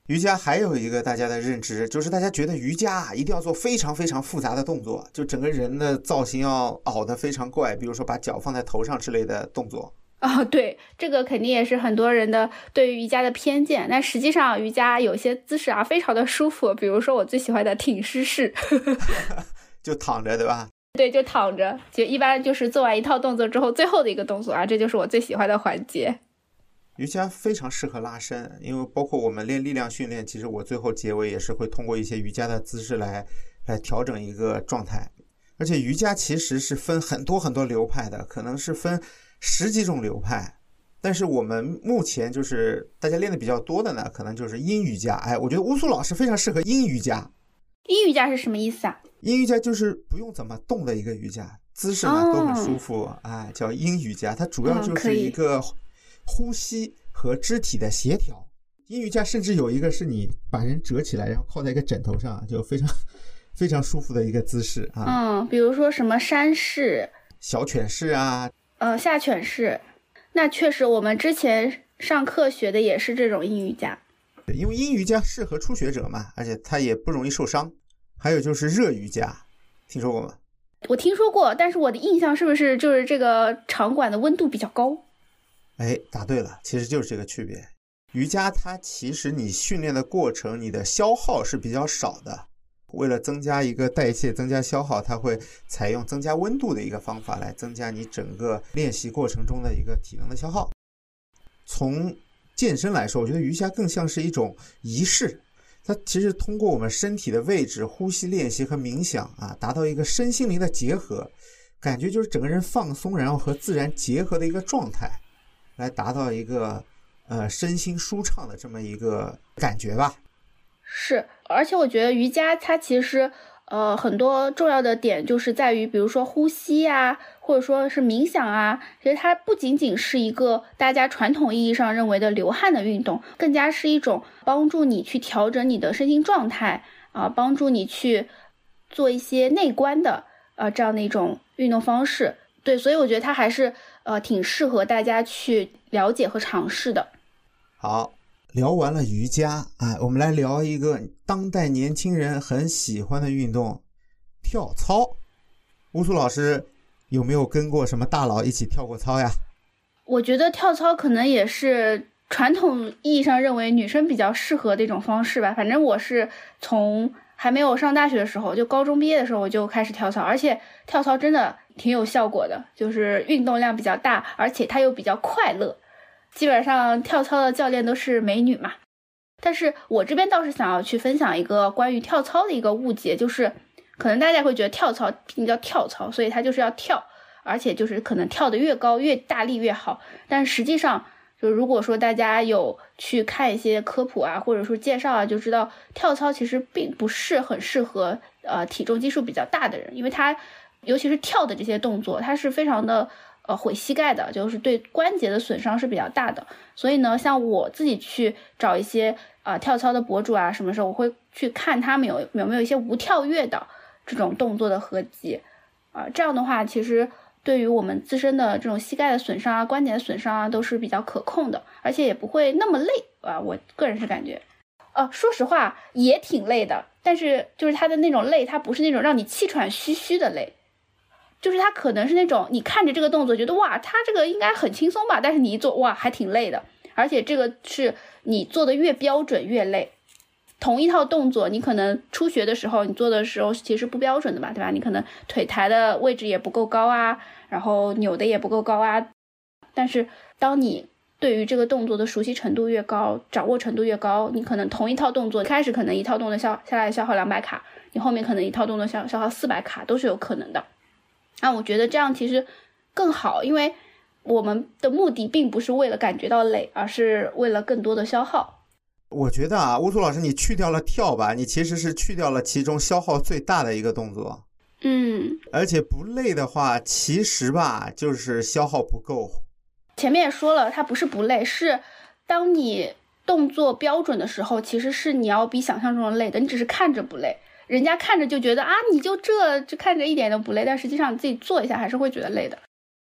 瑜伽还有一个大家的认知，就是大家觉得瑜伽一定要做非常非常复杂的动作，就整个人的造型要凹得非常怪，比如说把脚放在头上之类的动作。
对，这个肯定也是很多人的对于瑜伽的偏见。但实际上瑜伽有些姿势啊非常的舒服，比如说我最喜欢的挺尸式
就躺着对吧？
对，就躺着，就一般就是做完一套动作之后最后的一个动作啊，这就是我最喜欢的环节。
瑜伽非常适合拉伸，因为包括我们练力量训练，其实我最后结尾也是会通过一些瑜伽的姿势来调整一个状态。而且瑜伽其实是分很多很多流派的，可能是分10几种流派，但是我们目前就是大家练的比较多的呢，可能就是阴瑜伽。我觉得乌苏老师非常适合阴瑜伽。
阴瑜伽是什么意思啊？
阴瑜伽就是不用怎么动的一个瑜伽，姿势呢都很舒服，叫阴瑜伽。它主要就是一个呼吸和肢体的协调。阴瑜伽甚至有一个是你把人折起来，然后靠在一个枕头上，就非常非常舒服的一个姿势啊。
比如说什么山式、
小犬式啊，
下犬式。那确实，我们之前上课学的也是这种阴瑜伽。
对，因为阴瑜伽适合初学者嘛，而且它也不容易受伤。还有就是热瑜伽，听说过吗？
我听说过，但是我的印象是不是就是这个场馆的温度比较高？
答对了，其实就是这个区别。瑜伽它其实你训练的过程，你的消耗是比较少的。为了增加一个代谢，增加消耗，它会采用增加温度的一个方法来增加你整个练习过程中的一个体能的消耗。从健身来说，我觉得瑜伽更像是一种仪式，它其实通过我们身体的位置、呼吸练习和冥想达到一个身心灵的结合，感觉就是整个人放松，然后和自然结合的一个状态，来达到一个身心舒畅的这么一个感觉吧。
是，而且我觉得瑜伽它其实很多重要的点就是在于，比如说呼吸啊，或者说是冥想啊，其实它不仅仅是一个大家传统意义上认为的流汗的运动，更加是一种帮助你去调整你的身心状态帮助你去做一些内观的这样的一种运动方式。对，所以我觉得它还是挺适合大家去了解和尝试的。
好，聊完了瑜伽我们来聊一个当代年轻人很喜欢的运动，跳操。乌苏老师有没有跟过什么大佬一起跳过操呀？
我觉得跳操可能也是传统意义上认为女生比较适合的一种方式吧。反正我是从还没有上大学的时候，就高中毕业的时候我就开始跳操，而且跳操真的挺有效果的，就是运动量比较大，而且它又比较快乐。基本上跳操的教练都是美女嘛。但是我这边倒是想要去分享一个关于跳操的一个误解，就是可能大家会觉得跳操毕竟叫跳操，所以它就是要跳，而且就是可能跳得越高越大力越好。但实际上就如果说大家有去看一些科普或者说介绍就知道跳操其实并不是很适合体重基数比较大的人，因为它尤其是跳的这些动作它是非常的毁膝盖的，就是对关节的损伤是比较大的。所以呢，像我自己去找一些跳操的博主什么时候我会去看他们有没有一些无跳跃的这种动作的合集这样的话其实对于我们自身的这种膝盖的损伤关节的损伤都是比较可控的，而且也不会那么累我个人是感觉说实话也挺累的，但是就是它的那种累，它不是那种让你气喘吁吁的累，就是它可能是那种你看着这个动作觉得哇它这个应该很轻松吧，但是你一做哇还挺累的，而且这个是你做的越标准越累。同一套动作你可能初学的时候你做的时候其实不标准的吧，对吧？你可能腿抬的位置也不够高然后扭的也不够高但是当你对于这个动作的熟悉程度越高，掌握程度越高，你可能同一套动作开始可能一套动作下来消耗200卡，你后面可能一套动作消耗400卡都是有可能的。我觉得这样其实更好，因为我们的目的并不是为了感觉到累，而是为了更多的消耗。
我觉得乌苏老师你去掉了跳吧，你其实是去掉了其中消耗最大的一个动作。而且不累的话其实吧就是消耗不够。
前面也说了它不是不累，是当你动作标准的时候其实是你要比想象中的累的，你只是看着不累，人家看着就觉得你就看着一点都不累，但实际上你自己做一下还是会觉得累的。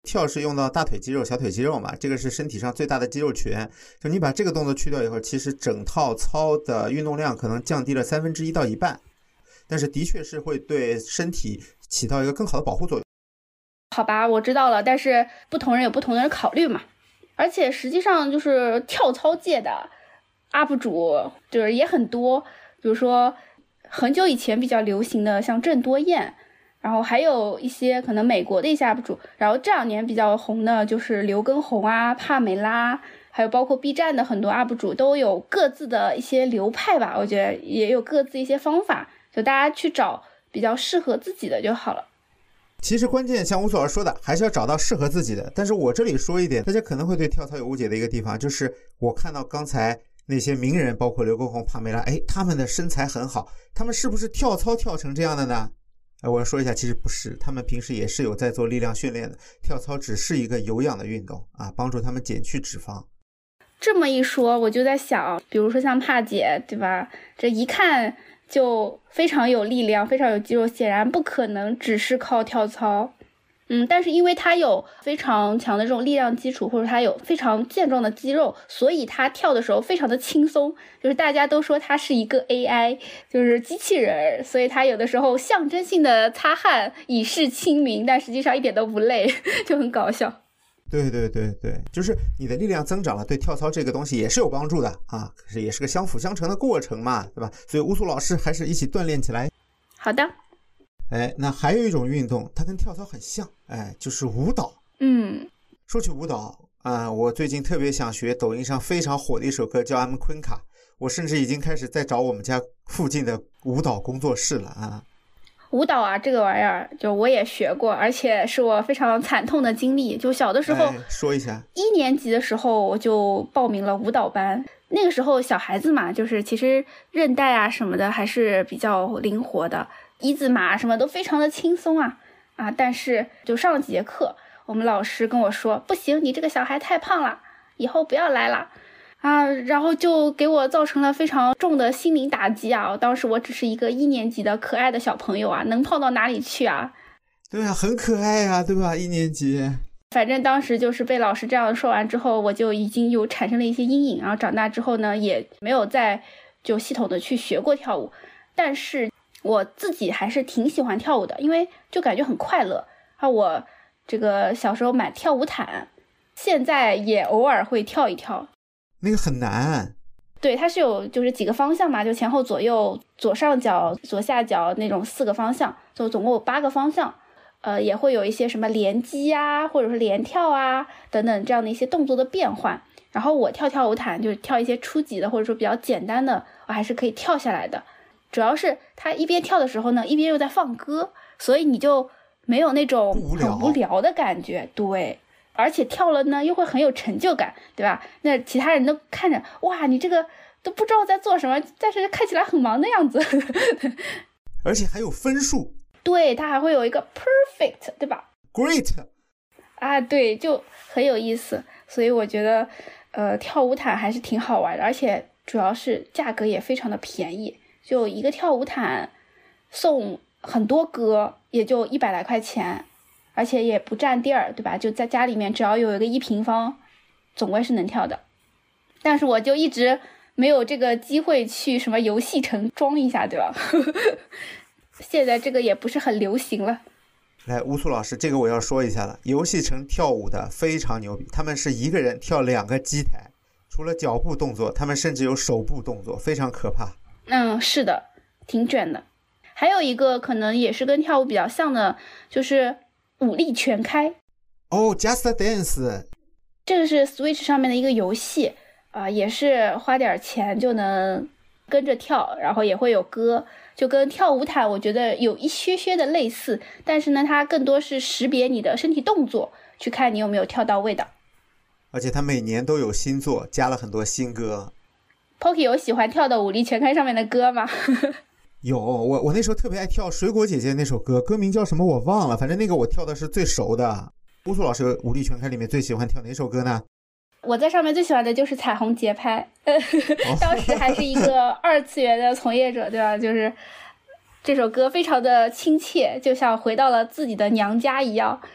跳是用到大腿肌肉、小腿肌肉嘛，这个是身体上最大的肌肉群。就你把这个动作去掉以后，其实整套操的运动量可能降低了1/3到1半，但是的确是会对身体起到一个更好的保护作用。
好吧，我知道了，但是不同人有不同的人考虑嘛。而且实际上就是跳操界的 UP 主就是也很多，比如说很久以前比较流行的像郑多燕，然后还有一些可能美国的一些 UP 主，然后这2年比较红的就是刘畊宏啊、帕梅拉，还有包括 B 站的很多 UP 主都有各自的一些流派吧，我觉得也有各自一些方法，就大家去找比较适合自己的就好了。
其实关键像吴老师说的，还是要找到适合自己的。但是我这里说一点，大家可能会对跳操有误解的一个地方，就是我看到刚才那些名人，包括刘畊宏、帕梅拉，他们的身材很好，他们是不是跳操跳成这样的呢？我要说一下，其实不是，他们平时也是有在做力量训练的，跳操只是一个有氧的运动啊，帮助他们减去脂肪。
这么一说，我就在想，比如说像帕姐，对吧？这一看就非常有力量，非常有肌肉，显然不可能只是靠跳操。但是因为他有非常强的这种力量基础，或者他有非常健壮的肌肉，所以他跳的时候非常的轻松，就是大家都说他是一个 AI， 就是机器人，所以他有的时候象征性的擦汗以示亲民，但实际上一点都不累，就很搞笑。
对，就是你的力量增长了，对跳操这个东西也是有帮助的啊，可是也是个相辅相成的过程嘛，对吧？所以乌苏老师还是一起锻炼起来。
好的。
那还有一种运动，它跟跳操很像，就是舞蹈。说起舞蹈我最近特别想学抖音上非常火的一首歌，叫 I'm Quinca， 我甚至已经开始在找我们家附近的舞蹈工作室了啊。
舞蹈啊，这个玩意儿就我也学过，而且是我非常惨痛的经历。就小的时候，
说一下
，1年级的时候我就报名了舞蹈班。那个时候小孩子嘛，就是其实韧带啊什么的还是比较灵活的，一字马什么都非常的轻松啊。但是就上了几节课，我们老师跟我说，不行，你这个小孩太胖了，以后不要来了。然后就给我造成了非常重的心灵打击啊！当时我只是一个1年级的可爱的小朋友啊，能胖到哪里去啊？
对啊，很可爱啊，对吧？1年级。
反正当时就是被老师这样说完之后，我就已经有产生了一些阴影，然后长大之后呢，也没有再就系统的去学过跳舞。但是我自己还是挺喜欢跳舞的，因为就感觉很快乐。我这个小时候买跳舞毯，现在也偶尔会跳一跳。
那个很难。
对，它是有就是几个方向嘛，就前后左右、左上角、左下角那种4个方向，就总共有8个方向。也会有一些什么连击啊，或者是连跳啊等等这样的一些动作的变换。然后我跳舞毯就是跳一些初级的或者说比较简单的，我还是可以跳下来的。主要是它一边跳的时候呢，一边又在放歌，所以你就没有那种很无聊的感觉。对。而且跳了呢又会很有成就感，对吧？那其他人都看着，哇，你这个都不知道在做什么，但是看起来很忙的样子。
而且还有分数。
对，它还会有一个 perfect， 对吧？
Great。
对，就很有意思。所以我觉得跳舞毯还是挺好玩的，而且主要是价格也非常的便宜，就一个跳舞毯送很多歌也就100来块钱。而且也不占地儿，对吧？就在家里面，只要有一个1平方，总归是能跳的。但是我就一直没有这个机会去什么游戏城装一下，对吧？现在这个也不是很流行了。
来，乌苏老师，这个我要说一下了。游戏城跳舞的非常牛逼，他们是一个人跳2个机台，除了脚步动作，他们甚至有手部动作，非常可怕。
是的，挺卷的。还有一个可能也是跟跳舞比较像的，就是武力全开。
Just Dance。
这个是 Switch 上面的一个游戏也是花点钱就能跟着跳，然后也会有歌，就跟跳舞毯我觉得有一些的类似，但是呢它更多是识别你的身体动作，去看你有没有跳到位的。
而且它每年都有新作，加了很多新歌。
Poki 有喜欢跳的武力全开上面的歌吗？
有，我那时候特别爱跳水果姐姐那首歌，歌名叫什么我忘了，反正那个我跳的是最熟的。乌苏老师武力全开里面最喜欢跳哪首歌呢？
我在上面最喜欢的就是彩虹节拍。当时还是一个2次元的从业者，对吧？就是这首歌非常的亲切，就像回到了自己的娘家一样。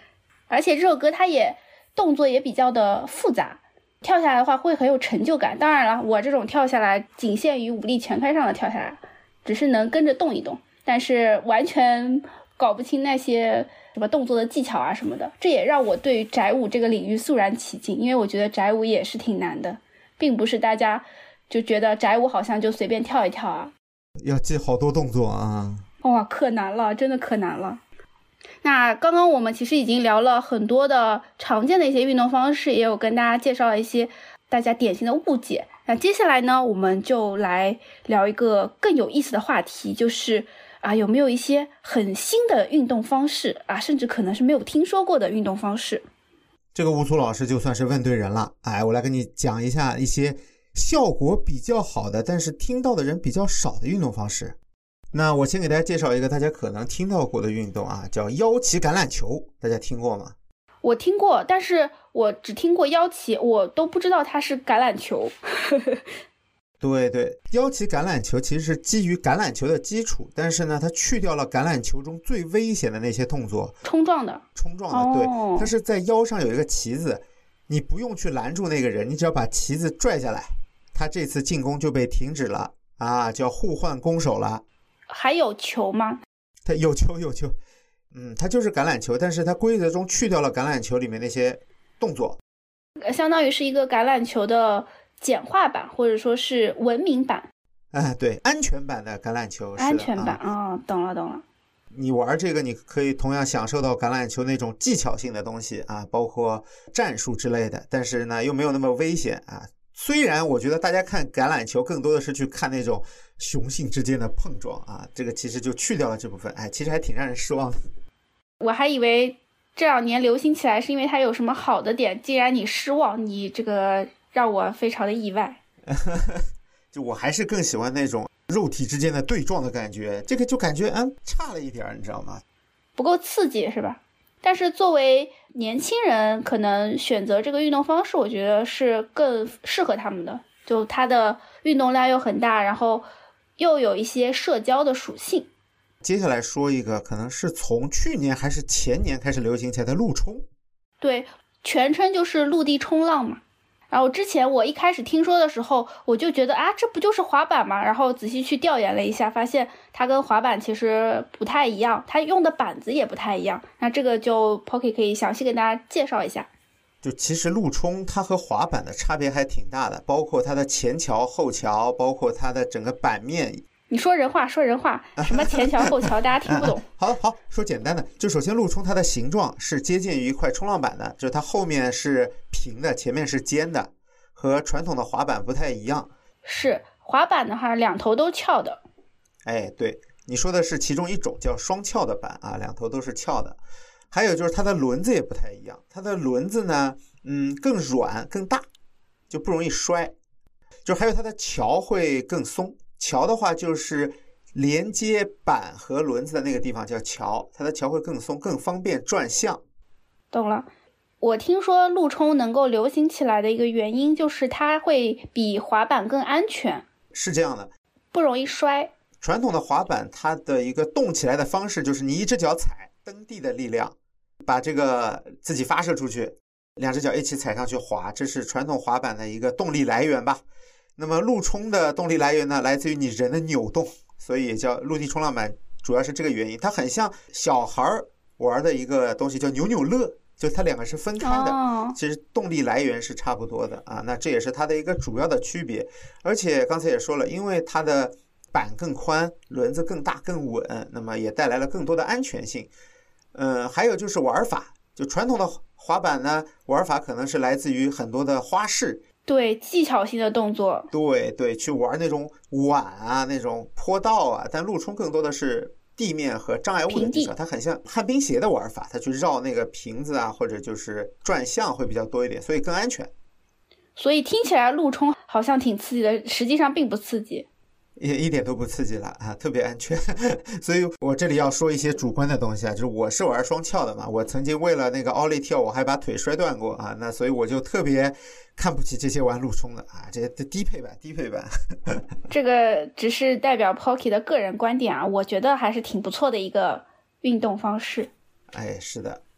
而且这首歌它也动作也比较的复杂，跳下来的话会很有成就感。当然了，我这种跳下来仅限于武力全开上的跳下来，只是能跟着动一动，但是完全搞不清那些什么动作的技巧啊什么的。这也让我对于宅舞这个领域肃然起敬，因为我觉得宅舞也是挺难的，并不是大家就觉得宅舞好像就随便跳一跳啊，
要记好多动作啊。
哇，可难了，真的可难了。那刚刚我们其实已经聊了很多的常见的一些运动方式，也有跟大家介绍了一些大家典型的误解。那接下来呢，我们就来聊一个更有意思的话题，就是有没有一些很新的运动方式甚至可能是没有听说过的运动方式。
这个吴苏老师就算是问对人了。我来跟你讲一下一些效果比较好的，但是听到的人比较少的运动方式。那我先给大家介绍一个大家可能听到过的运动叫腰旗橄榄球，大家听过吗？
我听过，但是我只听过腰旗，我都不知道它是橄榄球。
对对，腰旗橄榄球其实是基于橄榄球的基础，但是呢，它去掉了橄榄球中最危险的那些动作，
冲撞的，
对，它是在腰上有一个旗子，你不用去拦住那个人，你只要把旗子拽下来，他这次进攻就被停止了叫互换攻守了。
还有球吗？
它有球，它就是橄榄球，但是它规则中去掉了橄榄球里面那些动作，
相当于是一个橄榄球的简化版，或者说是文明版。
对，安全版的橄榄球。
安全版懂了。
你玩这个，你可以同样享受到橄榄球那种技巧性的东西包括战术之类的，但是呢又没有那么危险虽然我觉得大家看橄榄球更多的是去看那种雄性之间的碰撞这个其实就去掉了这部分，其实还挺让人失望的。
我还以为这2年流行起来是因为它有什么好的点，既然你失望，你这个让我非常的意外。
就我还是更喜欢那种肉体之间的对撞的感觉，这个就感觉差了一点，你知道吗？
不够刺激是吧？但是作为年轻人可能选择这个运动方式，我觉得是更适合他们的，就它的运动量又很大，然后又有一些社交的属性。
接下来说一个可能是从去年还是前年开始流行起来的陆冲。
对，全称就是陆地冲浪嘛。然后之前我一开始听说的时候，我就觉得这不就是滑板吗？然后仔细去调研了一下，发现它跟滑板其实不太一样，它用的板子也不太一样。那这个就 Poki 可以详细跟大家介绍一下。
就其实陆冲它和滑板的差别还挺大的，包括它的前桥后桥，包括它的整个板面。
你说人话，什么前桥后桥大家听不懂。
好，说简单的，就首先陆冲它的形状是接近于一块冲浪板的，就是它后面是平的，前面是尖的，和传统的滑板不太一样。
是滑板的话两头都翘的。
对，你说的是其中一种叫双翘的板两头都是翘的。还有就是它的轮子也不太一样，它的轮子呢更软更大，就不容易摔。就还有它的桥会更松，桥的话就是连接板和轮子的那个地方叫桥，它的桥会更松，更方便转向。
懂了。我听说陆冲能够流行起来的一个原因就是它会比滑板更安全。
是这样的，
不容易摔。
传统的滑板它的一个动起来的方式就是你一只脚踩，蹬地的力量把这个自己发射出去，两只脚一起踩上去滑，这是传统滑板的一个动力来源吧。那么陆冲的动力来源呢，来自于你人的扭动，所以也叫陆地冲浪板，主要是这个原因。它很像小孩玩的一个东西叫扭扭乐，就它两个是分开的，其实动力来源是差不多的那这也是它的一个主要的区别。而且刚才也说了，因为它的板更宽，轮子更大更稳，那么也带来了更多的安全性。还有就是玩法，就传统的滑板呢，玩法可能是来自于很多的花式，
对，技巧性的动作，
对，去玩那种碗那种坡道但陆冲更多的是地面和障碍物的技巧，它很像旱冰鞋的玩法，它去绕那个瓶子或者就是转向会比较多一点，所以更安全。
所以听起来陆冲好像挺刺激的，实际上并不刺激，
也一点都不刺激了特别安全。所以我这里要说一些主观的东西就是我是玩双翘的嘛，我曾经为了那个奥利跳我还把腿摔断过那所以我就特别看不起这些玩陆冲的这些低配版。
这个只是代表 Poki 的个人观点我觉得还是挺不错的一个运动方式。
是的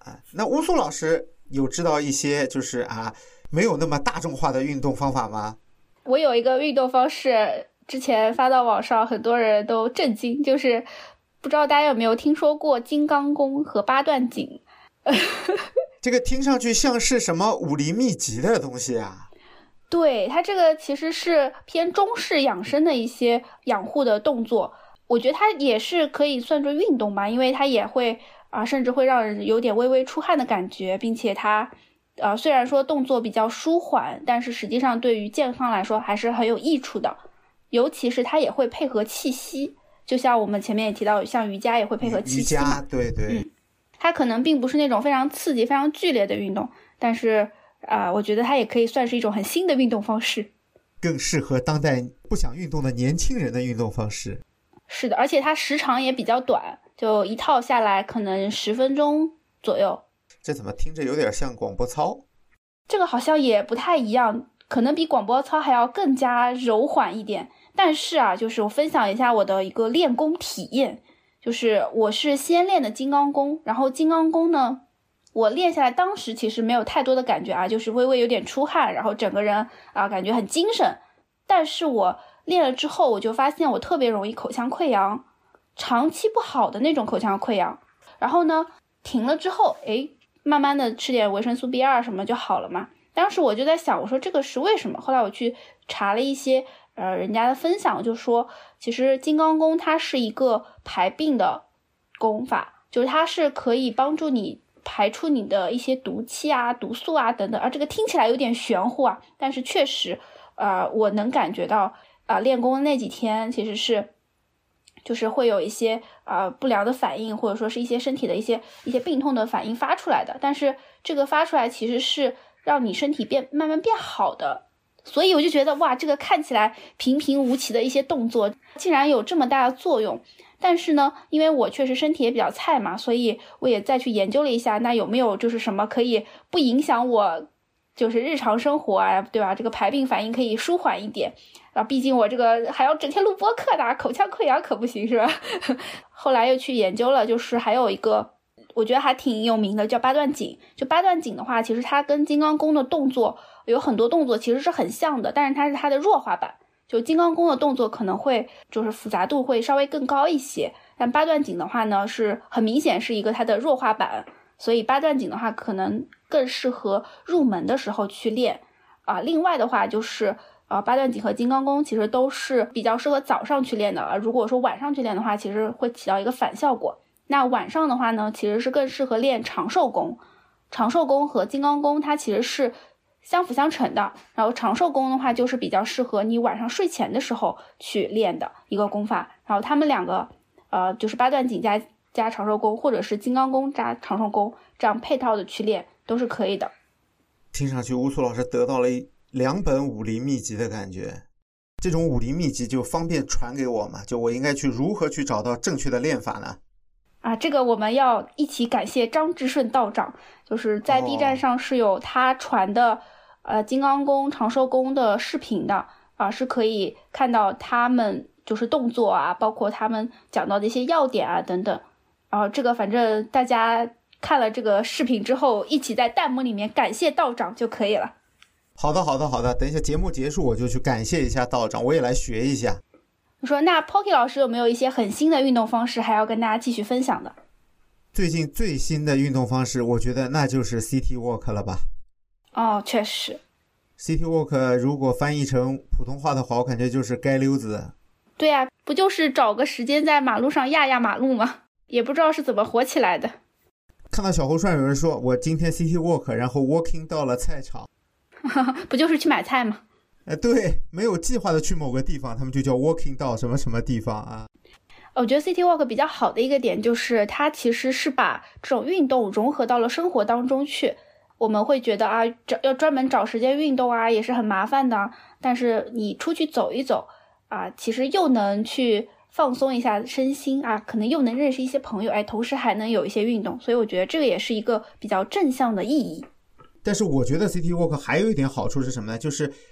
那乌苏老师有知道一些就是没有那么大众化的运动方法吗？
我有一个运动方式，之前发到网上，很多人都震惊，就是不知道大家有没有听说过金刚功和八段锦。
这个听上去像是什么武林秘籍的东西啊。
对，它这个其实是偏中式养生的一些养护的动作，我觉得它也是可以算作运动吧，因为它也会甚至会让人有点微微出汗的感觉，并且它虽然说动作比较舒缓，但是实际上对于健康来说还是很有益处的，尤其是它也会配合气息，就像我们前面也提到，像瑜伽也会配合气息嘛。
瑜伽，对对。
它可能并不是那种非常刺激非常剧烈的运动，但是我觉得它也可以算是一种很新的运动方式，
更适合当代不想运动的年轻人的运动方式。
是的，而且它时长也比较短，就一套下来可能10分钟左右。
这怎么听着有点像广播操？
这个好像也不太一样，可能比广播操还要更加柔缓一点。但是就是我分享一下我的一个练功体验，就是我是先练的金刚功，然后金刚功呢，我练下来当时其实没有太多的感觉就是微微有点出汗，然后整个人感觉很精神。但是我练了之后，我就发现我特别容易口腔溃疡，长期不好的那种口腔溃疡。然后呢，停了之后，慢慢的吃点维生素 B2 什么就好了嘛。当时我就在想，我说这个是为什么？后来我去查了一些人家的分享，就说其实金刚功它是一个排病的功法，就是它是可以帮助你排出你的一些毒气毒素等等。这个听起来有点玄乎但是确实我能感觉到练功的那几天其实是就是会有一些不良的反应，或者说是一些身体的一些病痛的反应发出来的，但是这个发出来其实是让你身体慢慢变好的。所以我就觉得哇，这个看起来平平无奇的一些动作竟然有这么大的作用。但是呢，因为我确实身体也比较菜嘛，所以我也再去研究了一下，那有没有就是什么可以不影响我就是日常生活对吧，这个排病反应可以舒缓一点毕竟我这个还要整天录播客的，口腔溃疡可不行是吧？后来又去研究了，就是还有一个我觉得还挺有名的叫八段锦。就八段锦的话，其实它跟金刚功的动作有很多动作其实是很像的，但是它是它的弱化版。就金刚功的动作可能会就是复杂度会稍微更高一些，但八段锦的话呢是很明显是一个它的弱化版，所以八段锦的话可能更适合入门的时候去练另外的话就是八段锦和金刚功其实都是比较适合早上去练的如果说晚上去练的话，其实会起到一个反效果。那晚上的话呢，其实是更适合练长寿功。长寿功和金刚功它其实是相辅相成的，然后长寿功的话就是比较适合你晚上睡前的时候去练的一个功法。然后他们两个就是八段锦加长寿功，或者是金刚功加长寿功，这样配套的去练都是可以的。
听上去乌苏老师得到了2本武林秘籍的感觉。这种武林秘籍就方便传给我嘛？就我应该如何去找到正确的练法呢？
这个我们要一起感谢张志顺道长，就是在 B 站上是有他传的金刚功长寿功的视频的是可以看到他们就是动作包括他们讲到的一些要点等等。然后这个反正大家看了这个视频之后，一起在弹幕里面感谢道长就可以了。
好的，等一下节目结束我就去感谢一下道长，我也来学一下。
我说那 Pocky 老师有没有一些很新的运动方式还要跟大家继续分享的？
最近最新的运动方式我觉得那就是 City Walk 了吧。
确实
City Walk 如果翻译成普通话的话，我感觉就是街溜子。
对不就是找个时间在马路上压马路吗？也不知道是怎么火起来的。
看到小红书上有人说我今天 City Walk 然后 walking 到了菜场
不就是去买菜吗？
对，没有计划的去某个地方，他们就叫 walking 到什么什么地方
我觉得 City Walk 比较好的一个点就是它其实是把这种运动融合到了生活当中去。我们会觉得要专门找时间运动也是很麻烦的，但是你出去走一走其实又能去放松一下身心可能又能认识一些朋友同时还能有一些运动，所以我觉得这个也是一个比较正向的意义。
但是我觉得 City Walk 还有一点好处是什么呢？就是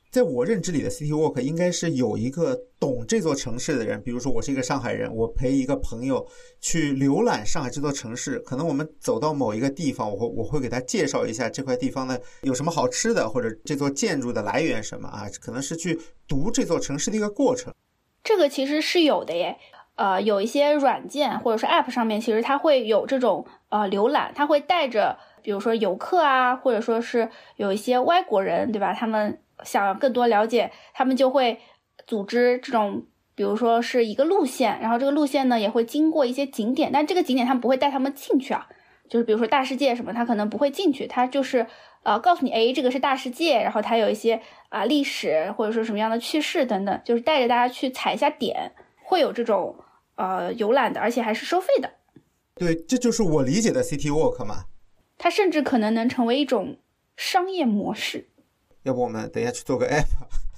在我认知里的 City Walk 应该是有一个懂这座城市的人，比如说我是一个上海人，我陪一个朋友去浏览上海这座城市，可能我们走到某一个地方，我会给他介绍一下这块地方的有什么好吃的，或者这座建筑的来源什么啊，可能是去读这座城市的一个过程。
这个其实是有的耶，有一些软件或者是 App 上面，其实它会有这种浏览，它会带着比如说游客啊，或者说是有一些外国人，对吧？他们想更多了解，他们就会组织这种，比如说是一个路线，然后这个路线呢也会经过一些景点，但这个景点他们不会带他们进去啊，就是比如说大世界什么，他可能不会进去，他就是告诉你，哎，这个是大世界，然后它有一些历史或者说什么样的趣事等等，就是带着大家去踩一下点，会有这种游览的，而且还是收费的。
对，这就是我理解的 City Walk 嘛。
它甚至可能成为一种商业模式。
要不我们等一下去做个 app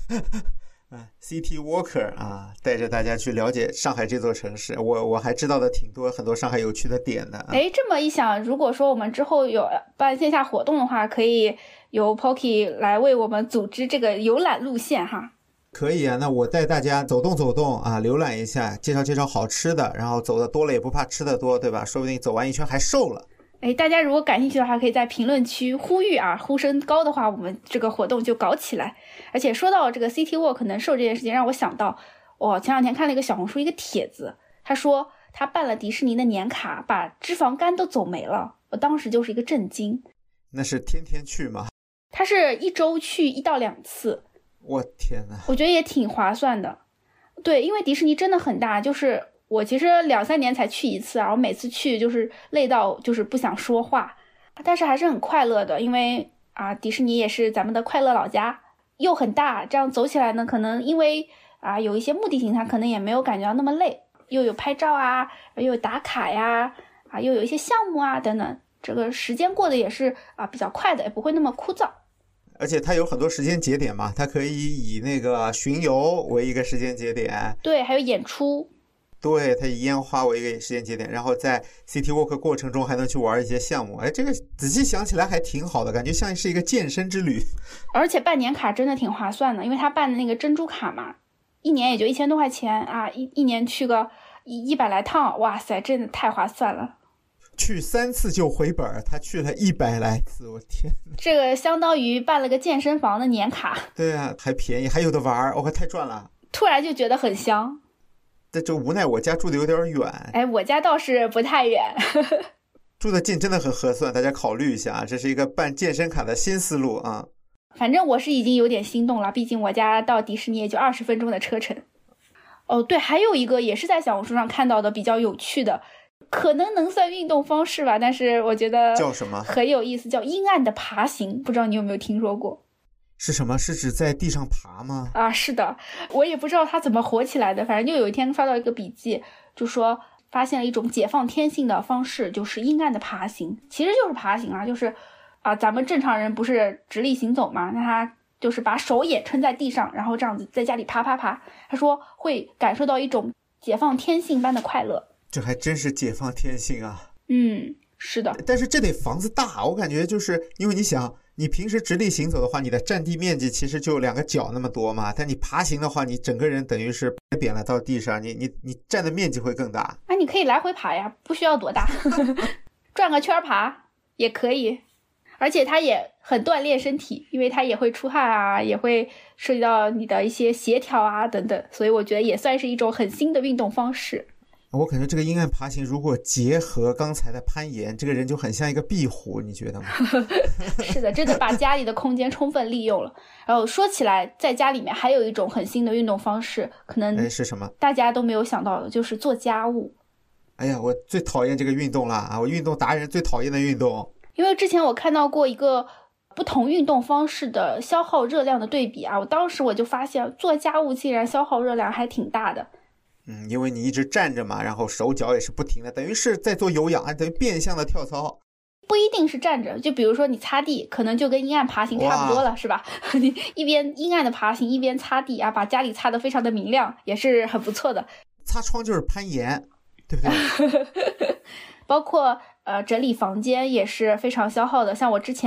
City Walker 啊，带着大家去了解上海这座城市。我还知道的挺多，很多上海有趣的点的。
哎，这么一想，如果说我们之后有办线下活动的话，可以由 Poki 来为我们组织这个游览路线哈。
可以啊，那我带大家走动走动啊，浏览一下，介绍介绍好吃的，然后走的多了也不怕吃的多，对吧？说不定走完一圈还瘦了。
哎，大家如果感兴趣的话，可以在评论区呼吁啊，呼声高的话，我们这个活动就搞起来。而且说到这个 City Walk 能瘦这件事情，让我想到，我前两天看了一个小红书一个帖子，他说他办了迪士尼的年卡，把脂肪肝都走没了。我当时就是一个震惊。
那是天天去吗？
他是一周去1到2次。
我天哪！
我觉得也挺划算的。对，因为迪士尼真的很大，就是我其实2-3年才去一次啊，我每次去就是累到就是不想说话，但是还是很快乐的，因为迪士尼也是咱们的快乐老家，又很大，这样走起来呢，可能因为有一些目的性，它可能也没有感觉到那么累，又有拍照啊，又有打卡呀，又有一些项目啊等等，这个时间过得也是比较快的，也不会那么枯燥。
而且它有很多时间节点嘛，它可以以那个巡游为一个时间节点，
对，还有演出，
对，它以烟花为一个时间节点，然后在 City Walk 过程中还能去玩一些项目。哎，这个仔细想起来还挺好的，感觉像是一个健身之旅。
而且办年卡真的挺划算的，因为他办的那个珍珠卡嘛，一年也就1000多块钱啊，一年去个100来趟，哇塞，真的太划算了。
去3次就回本，他去了100来次，我天！
这个相当于办了个健身房的年卡。
对啊，还便宜，还有的玩，我太赚了。
突然就觉得很香。
但这无奈我家住的有点远。
哎，我家倒是不太远。
住得近真的很合算，大家考虑一下啊，这是一个办健身卡的新思路啊。
反正我是已经有点心动了，毕竟我家到迪士尼也就20分钟的车程。哦，对，还有一个也是在小红书上看到的比较有趣的，可能算运动方式吧，但是我觉得
叫什么
很有意思，叫阴暗的爬行，不知道你有没有听说过？
是什么？是指在地上爬吗？
是的，我也不知道它怎么火起来的，反正就有一天刷到一个笔记，就说发现了一种解放天性的方式，就是阴暗的爬行，其实就是爬行啊，就是咱们正常人不是直立行走嘛，那他就是把手也撑在地上，然后这样子在家里爬，他说会感受到一种解放天性般的快乐。
这还真是解放天性啊。
是的，
但是这得房子大，我感觉就是因为你想你平时直立行走的话，你的占地面积其实就2个脚那么多嘛，但你爬行的话，你整个人等于是扁了到地上，你占的面积会更大。
你可以来回爬呀，不需要多大转个圈爬也可以，而且它也很锻炼身体，因为它也会出汗啊，也会涉及到你的一些协调啊等等，所以我觉得也算是一种很新的运动方式。
我感觉这个阴暗爬行如果结合刚才的攀岩，这个人就很像一个壁虎，你觉得吗？
是的，真的把家里的空间充分利用了。然后说起来，在家里面还有一种很新的运动方式，可能
是什么？
大家都没有想到的，就是做家务。
哎呀，我最讨厌这个运动了啊！我运动达人最讨厌的运动。
因为之前我看到过一个不同运动方式的消耗热量的对比啊，我当时我就发现做家务竟然消耗热量还挺大的。
因为你一直站着嘛，然后手脚也是不停的，等于是在做有氧，等于变相的跳操。
不一定是站着，就比如说你擦地，可能就跟阴暗爬行差不多了，是吧？你一边阴暗的爬行，一边擦地把家里擦得非常的明亮，也是很不错的。
擦窗就是攀岩，对不对？
包括整理房间也是非常消耗的。像我之前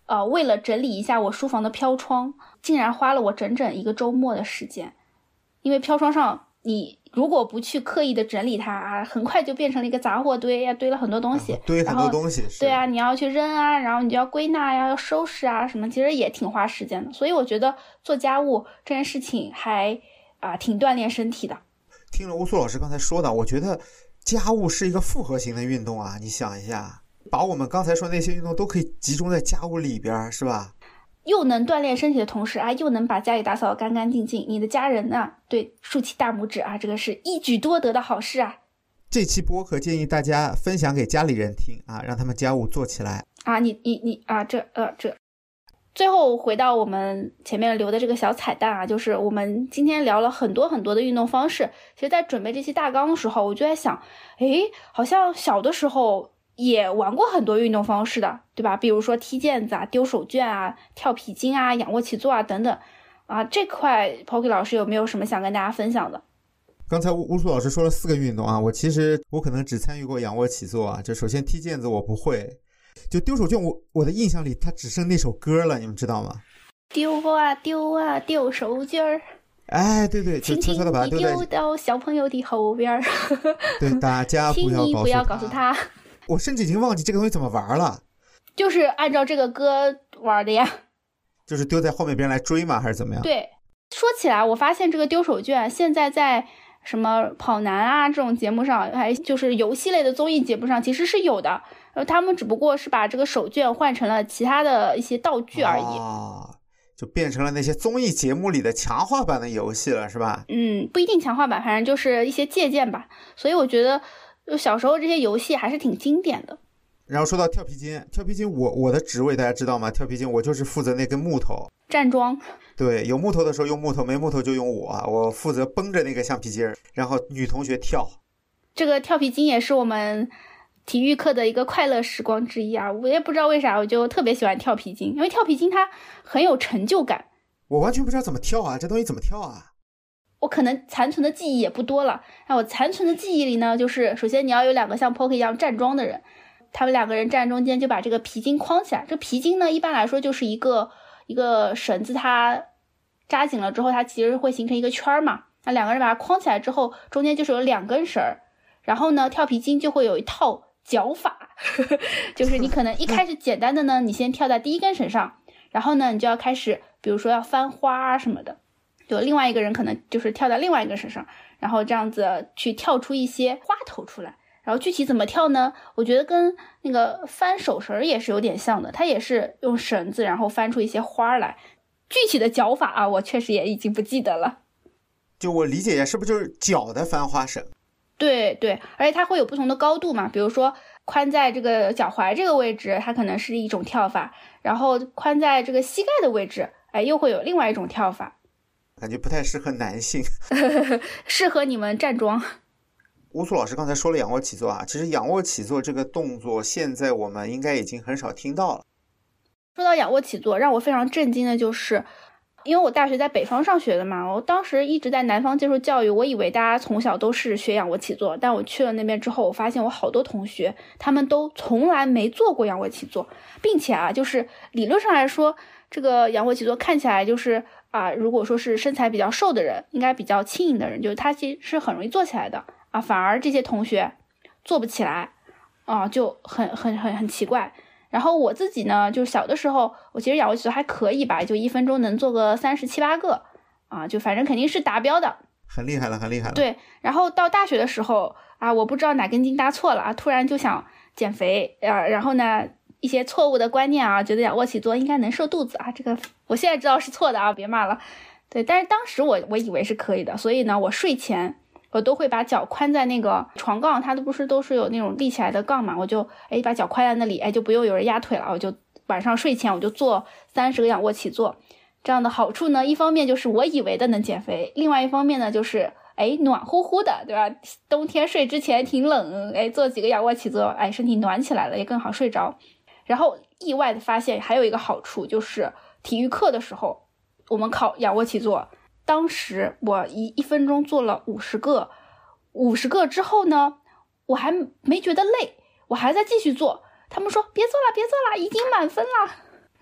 为了整理一下我书房的飘窗，竟然花了我整整1个周末的时间。因为飘窗上你如果不去刻意的整理它啊，很快就变成了一个杂货堆呀，堆了很多东西，
堆很多东西。
对啊，你要去扔啊，然后你就要归纳呀，要收拾啊什么，其实也挺花时间的。所以我觉得做家务这件事情还挺锻炼身体的。
听了乌苏老师刚才说的，我觉得家务是一个复合型的运动啊，你想一下，把我们刚才说那些运动都可以集中在家务里边，是吧？
又能锻炼身体的同时啊，又能把家里打扫得干干净净，你的家人呢，对，竖起大拇指啊，这个是一举多得的好事啊。
这期播客建议大家分享给家里人听啊，让他们家务做起来
啊。你啊，这最后回到我们前面留的这个小彩蛋啊，就是我们今天聊了很多很多的运动方式。其实在准备这期大纲的时候，我就在想，好像小的时候也玩过很多运动方式的，对吧？比如说踢毽子啊、丢手绢啊、跳皮筋啊、仰卧起坐啊等等啊。这块 Poki 老师有没有什么想跟大家分享的？
刚才乌苏老师说了4个运动啊，我可能只参与过仰卧起坐啊。就首先踢毽子我不会，就丢手绢我的印象里它只剩那首歌了，你们知道吗？
丢啊丢啊丢手绢儿，
哎，对对，就悄悄的把它
丢到小朋友的后边。
对，大家
不要告诉他。
我甚至已经忘记这个东西怎么玩了。
就是按照这个歌玩的呀。
就是丢在后面别人来追吗？还是怎么样？
对，说起来，我发现这个丢手绢现在在什么跑男啊这种节目上，还就是游戏类的综艺节目上其实是有的，他们只不过是把这个手绢换成了其他的一些道具而已。
就变成了那些综艺节目里的强化版的游戏了，是吧？
不一定强化版，反正就是一些借鉴吧。所以我觉得小时候这些游戏还是挺经典的。
然后说到跳皮筋我的职位大家知道吗？跳皮筋我就是负责那根木头
站桩。
对，有木头的时候用木头，没木头就用我负责绷着那个橡皮筋，然后女同学跳。
这个跳皮筋也是我们体育课的一个快乐时光之一啊！我也不知道为啥，我就特别喜欢跳皮筋，因为跳皮筋它很有成就感。
我完全不知道怎么跳啊，这东西怎么跳啊？
我可能残存的记忆也不多了。那我残存的记忆里呢，就是首先你要有2个像 Poki 一样站桩的人，他们2个人站中间就把这个皮筋框起来。这皮筋呢，一般来说就是一个绳子，它扎紧了之后，它其实会形成一个圈嘛。那2个人把它框起来之后，中间就是有2根绳，然后呢，跳皮筋就会有一套脚法，就是你可能一开始简单的呢，你先跳在第1根绳上，然后呢，你就要开始，比如说要翻花什么的，就另外一个人可能就是跳在另外一根绳上，然后这样子去跳出一些花头出来。然后具体怎么跳呢？我觉得跟那个翻手绳也是有点像的，它也是用绳子然后翻出一些花来。具体的脚法啊，我确实也已经不记得了。
就我理解一下，是不是就是脚的翻花绳？
对对，而且它会有不同的高度嘛，比如说宽在这个脚踝这个位置，它可能是一种跳法，然后宽在这个膝盖的位置，又会有另外一种跳法。
感觉不太适合男性。
适合你们站桩。
乌苏老师刚才说了仰卧起坐啊，其实仰卧起坐这个动作现在我们应该已经很少听到了。
说到仰卧起坐，让我非常震惊的就是因为我大学在北方上学的嘛，我当时一直在南方接受教育，我以为大家从小都是学仰卧起坐，但我去了那边之后，我发现我好多同学他们都从来没做过仰卧起坐，并且啊，就是理论上来说，这个仰卧起坐看起来就是如果说是身材比较瘦的人，应该比较轻盈的人，就是他其实是很容易做起来的反而这些同学做不起来就很奇怪。然后我自己呢，就是小的时候，我其实仰卧起坐还可以吧，就1分钟能做个37、8个就反正肯定是达标的，
很厉害了，很厉害了。
对，然后到大学的时候我不知道哪根筋搭错了突然就想减肥然后呢，一些错误的观念觉得仰卧起坐应该能瘦肚子这个我现在知道是错的别骂了。对，但是当时我以为是可以的，所以呢，我睡前我都会把脚宽在那个床杠，它都是有那种立起来的杠嘛，我就把脚宽在那里就不用有人压腿了，我就晚上睡前我就做30个仰卧起坐。这样的好处呢，一方面就是我以为的能减肥，另外一方面呢就是暖乎乎的，对吧？冬天睡之前挺冷做几个仰卧起坐身体暖起来了，也更好睡着。然后意外的发现还有一个好处，就是体育课的时候我们考仰卧起坐，当时我一分钟做了50个之后呢，我还没觉得累，我还在继续做。他们说别做了，已经满分了。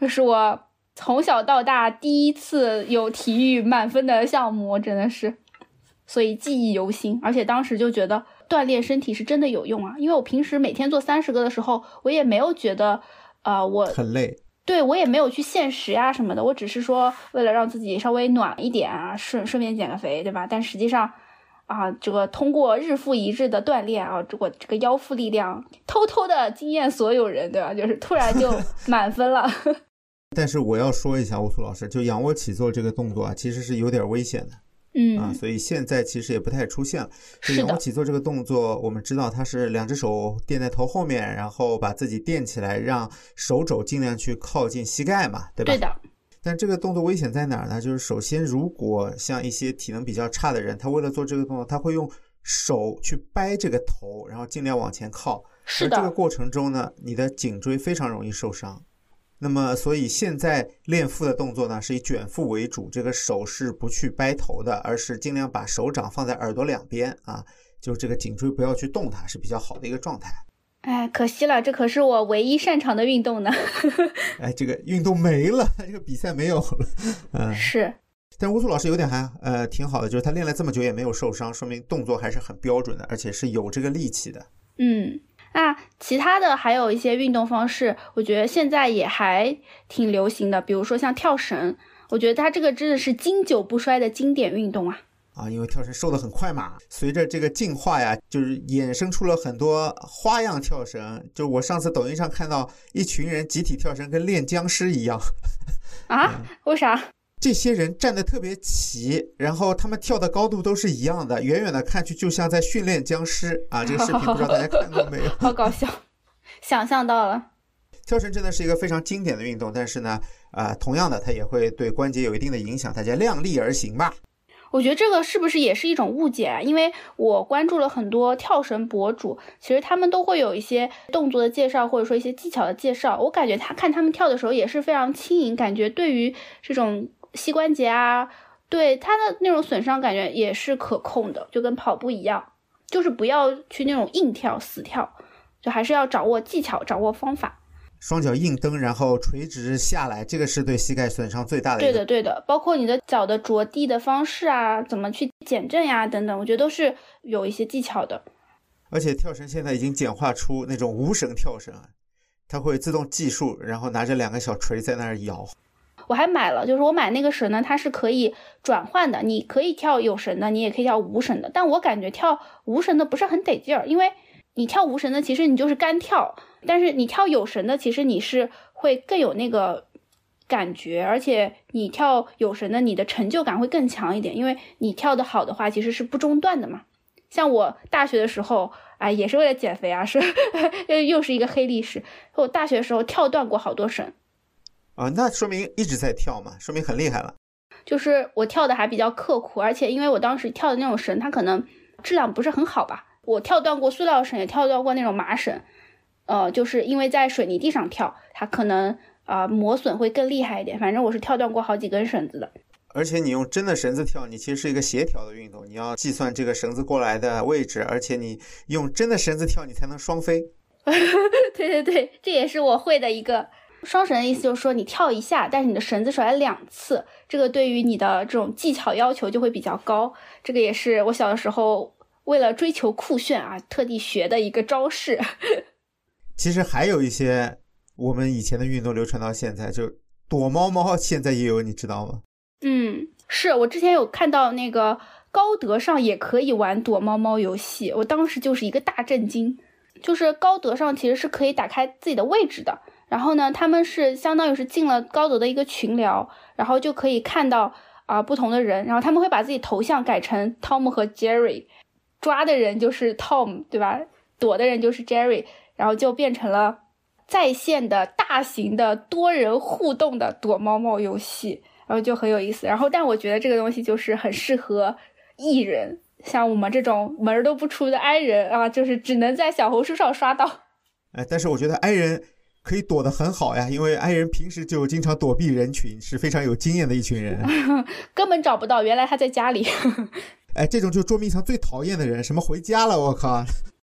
这是我从小到大第一次有体育满分的项目，真的是，所以记忆犹新。而且当时就觉得锻炼身体是真的有用啊，因为我平时每天做30个的时候，我也没有觉得我
很累，
对，我也没有去限时呀什么的，我只是说为了让自己稍微暖一点啊，顺便减个肥，对吧？但实际上这个通过日复一日的锻炼啊，这个腰腹力量偷偷的惊艳所有人，对吧？就是突然就满分了。
但是我要说一下，乌苏老师，就仰卧起坐这个动作啊，其实是有点危险的。所以现在其实也不太出现了。仰卧起坐这个动作，我们知道它是2只手垫在头后面，然后把自己垫起来，让手肘尽量去靠近膝盖嘛，对吧？
对的。
但这个动作危险在哪儿呢？就是首先，如果像一些体能比较差的人，他为了做这个动作，他会用手去掰这个头，然后尽量往前靠。
是的。
而这个过程中呢，你的颈椎非常容易受伤。那么所以现在练腹的动作呢，是以卷腹为主，这个手是不去掰头的，而是尽量把手掌放在耳朵两边啊，就这个颈椎不要去动它，是比较好的一个状态。
哎，可惜了，这可是我唯一擅长的运动呢。
哎，这个运动没了，这个比赛没有了。
是。
但乌苏老师有点还挺好的，就是他练了这么久也没有受伤，说明动作还是很标准的，而且是有这个力气的。
其他的还有一些运动方式，我觉得现在也还挺流行的，比如说像跳绳，我觉得它这个真的是经久不衰的经典运动啊。
因为跳绳瘦得很快嘛，随着这个进化呀，就是衍生出了很多花样跳绳。就我上次抖音上看到一群人集体跳绳，跟练僵尸一样。
为啥？
这些人站得特别齐，然后他们跳的高度都是一样的，远远的看去就像在训练僵尸啊！这个视频不知道大家看过没有？
好搞笑，想象到了。
跳绳真的是一个非常经典的运动，但是呢，同样的，它也会对关节有一定的影响，大家量力而行吧。
我觉得这个是不是也是一种误解啊？因为我关注了很多跳绳博主，其实他们都会有一些动作的介绍，或者说一些技巧的介绍。我感觉看他们跳的时候也是非常轻盈，感觉对于这种膝关节啊，对它的那种损伤感觉也是可控的，就跟跑步一样，就是不要去那种硬跳死跳，就还是要掌握技巧，掌握方法。
双脚硬蹬，然后垂直下来，这个是对膝盖损伤最大的一个。
对的，包括你的脚的着地的方式啊，怎么去减震呀等等，我觉得都是有一些技巧的。
而且跳绳现在已经简化出那种无绳跳绳，它会自动计数，然后拿着2个小锤在那儿摇。
我还买了，就是我买那个绳呢，它是可以转换的，你可以跳有绳的，你也可以跳无绳的。但我感觉跳无绳的不是很得劲儿，因为你跳无绳的其实你就是干跳，但是你跳有绳的其实你是会更有那个感觉，而且你跳有绳的你的成就感会更强一点，因为你跳得好的话其实是不中断的嘛。像我大学的时候也是为了减肥啊，是又是一个黑历史，我大学的时候跳断过好多绳。
那说明一直在跳嘛，说明很厉害了。
就是我跳的还比较刻苦，而且因为我当时跳的那种绳它可能质量不是很好吧，我跳断过塑料绳，也跳断过那种麻绳，就是因为在水泥地上跳，它可能磨损会更厉害一点，反正我是跳断过好几根绳子的。
而且你用真的绳子跳，你其实是一个协调的运动，你要计算这个绳子过来的位置，而且你用真的绳子跳，你才能双飞。
对，这也是我会的一个。双绳的意思就是说你跳一下，但是你的绳子甩2次，这个对于你的这种技巧要求就会比较高。这个也是我小的时候为了追求酷炫特地学的一个招式。
其实还有一些我们以前的运动流传到现在，就躲猫猫现在也有，你知道吗？
是我之前有看到那个高德上也可以玩躲猫猫游戏，我当时就是一个大震惊。就是高德上其实是可以打开自己的位置的，然后呢他们是相当于是进了高德的一个群聊，然后就可以看到不同的人，然后他们会把自己头像改成 Tom 和 Jerry， 抓的人就是 Tom 对吧，躲的人就是 Jerry， 然后就变成了在线的大型的多人互动的躲猫猫游戏，然后就很有意思。然后但我觉得这个东西就是很适合艺人，像我们这种门都不出的 i 人就是只能在小红书上刷到。
但是我觉得 i 人可以躲得很好呀，因为 i 人平时就经常躲避人群，是非常有经验的一群人。
根本找不到，原来他在家里。
这种就是捉迷藏最讨厌的人，什么回家了我靠。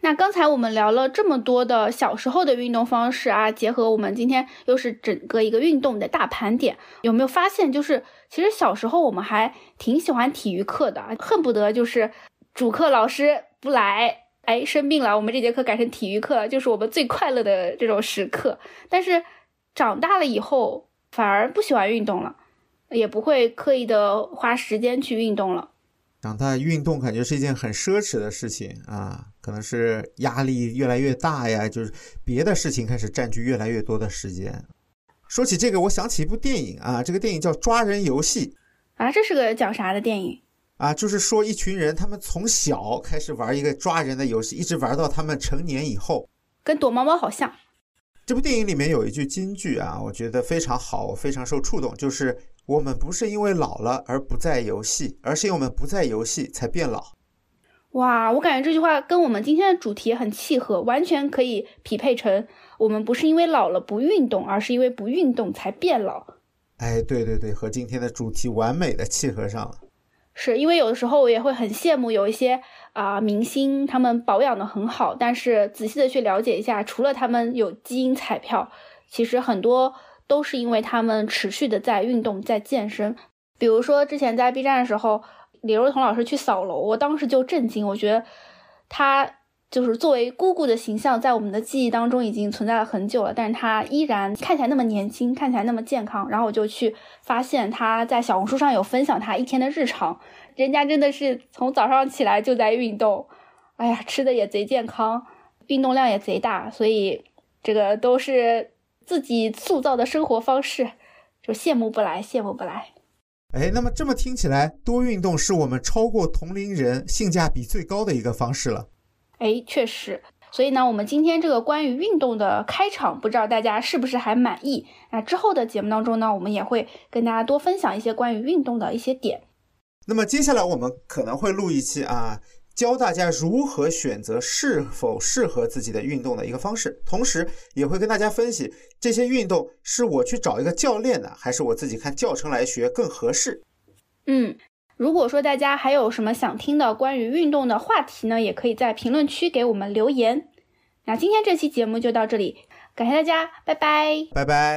那刚才我们聊了这么多的小时候的运动方式啊，结合我们今天又是整个一个运动的大盘点，有没有发现就是其实小时候我们还挺喜欢体育课的，恨不得就是主课老师不来，生病了，我们这节课改成体育课，就是我们最快乐的这种时刻。但是长大了以后反而不喜欢运动了，也不会刻意的花时间去运动了。
长大运动感觉是一件很奢侈的事情啊，可能是压力越来越大呀，就是别的事情开始占据越来越多的时间。说起这个，我想起一部电影啊，这个电影叫《抓人游戏》
啊，这是个讲啥的电影
啊？就是说一群人他们从小开始玩一个抓人的游戏，一直玩到他们成年以后，
跟躲猫猫好像。
这部电影里面有一句金句啊，我觉得非常好，我非常受触动，就是我们不是因为老了而不再游戏，而是因为我们不再游戏才变老。
哇，我感觉这句话跟我们今天的主题很契合，完全可以匹配成我们不是因为老了不运动，而是因为不运动才变老。
对对对，和今天的主题完美的契合上了。
是因为有的时候我也会很羡慕有一些明星，他们保养的很好，但是仔细的去了解一下，除了他们有基因彩票，其实很多都是因为他们持续的在运动在健身。比如说之前在 B 站的时候，李若彤老师去扫楼，我当时就震惊，我觉得他就是作为姑姑的形象在我们的记忆当中已经存在了很久了，但是他依然看起来那么年轻，看起来那么健康。然后我就去发现他在小红书上有分享他一天的日常，人家真的是从早上起来就在运动，吃的也贼健康，运动量也贼大，所以这个都是自己塑造的生活方式，就羡慕不来，羡慕不来。
那么这么听起来，多运动是我们超过同龄人性价比最高的一个方式了。
确实。所以呢，我们今天这个关于运动的开场，不知道大家是不是还满意？那之后的节目当中呢，我们也会跟大家多分享一些关于运动的一些点。
那么接下来我们可能会录一期教大家如何选择是否适合自己的运动的一个方式，同时也会跟大家分析这些运动是我去找一个教练的，还是我自己看教程来学更合适。
如果说大家还有什么想听的关于运动的话题呢，也可以在评论区给我们留言。那今天这期节目就到这里，感谢大家，拜拜，
拜拜。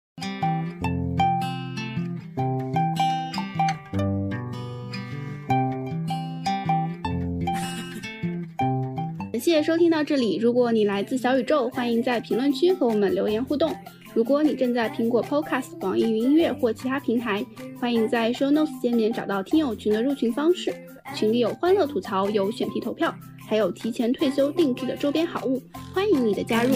谢谢收听到这里，如果你来自小宇宙，欢迎在评论区和我们留言互动。如果你正在苹果 Podcast、 网易云音乐或其他平台，欢迎在 Show Notes 界面找到听友群的入群方式，群里有欢乐吐槽，有选题投票，还有提前退休定制的周边好物，欢迎你的加入。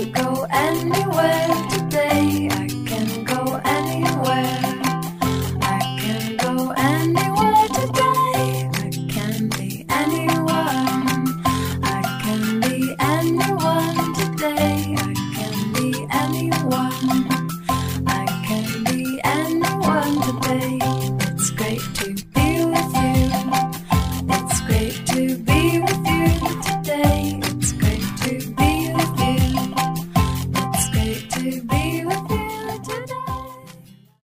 To be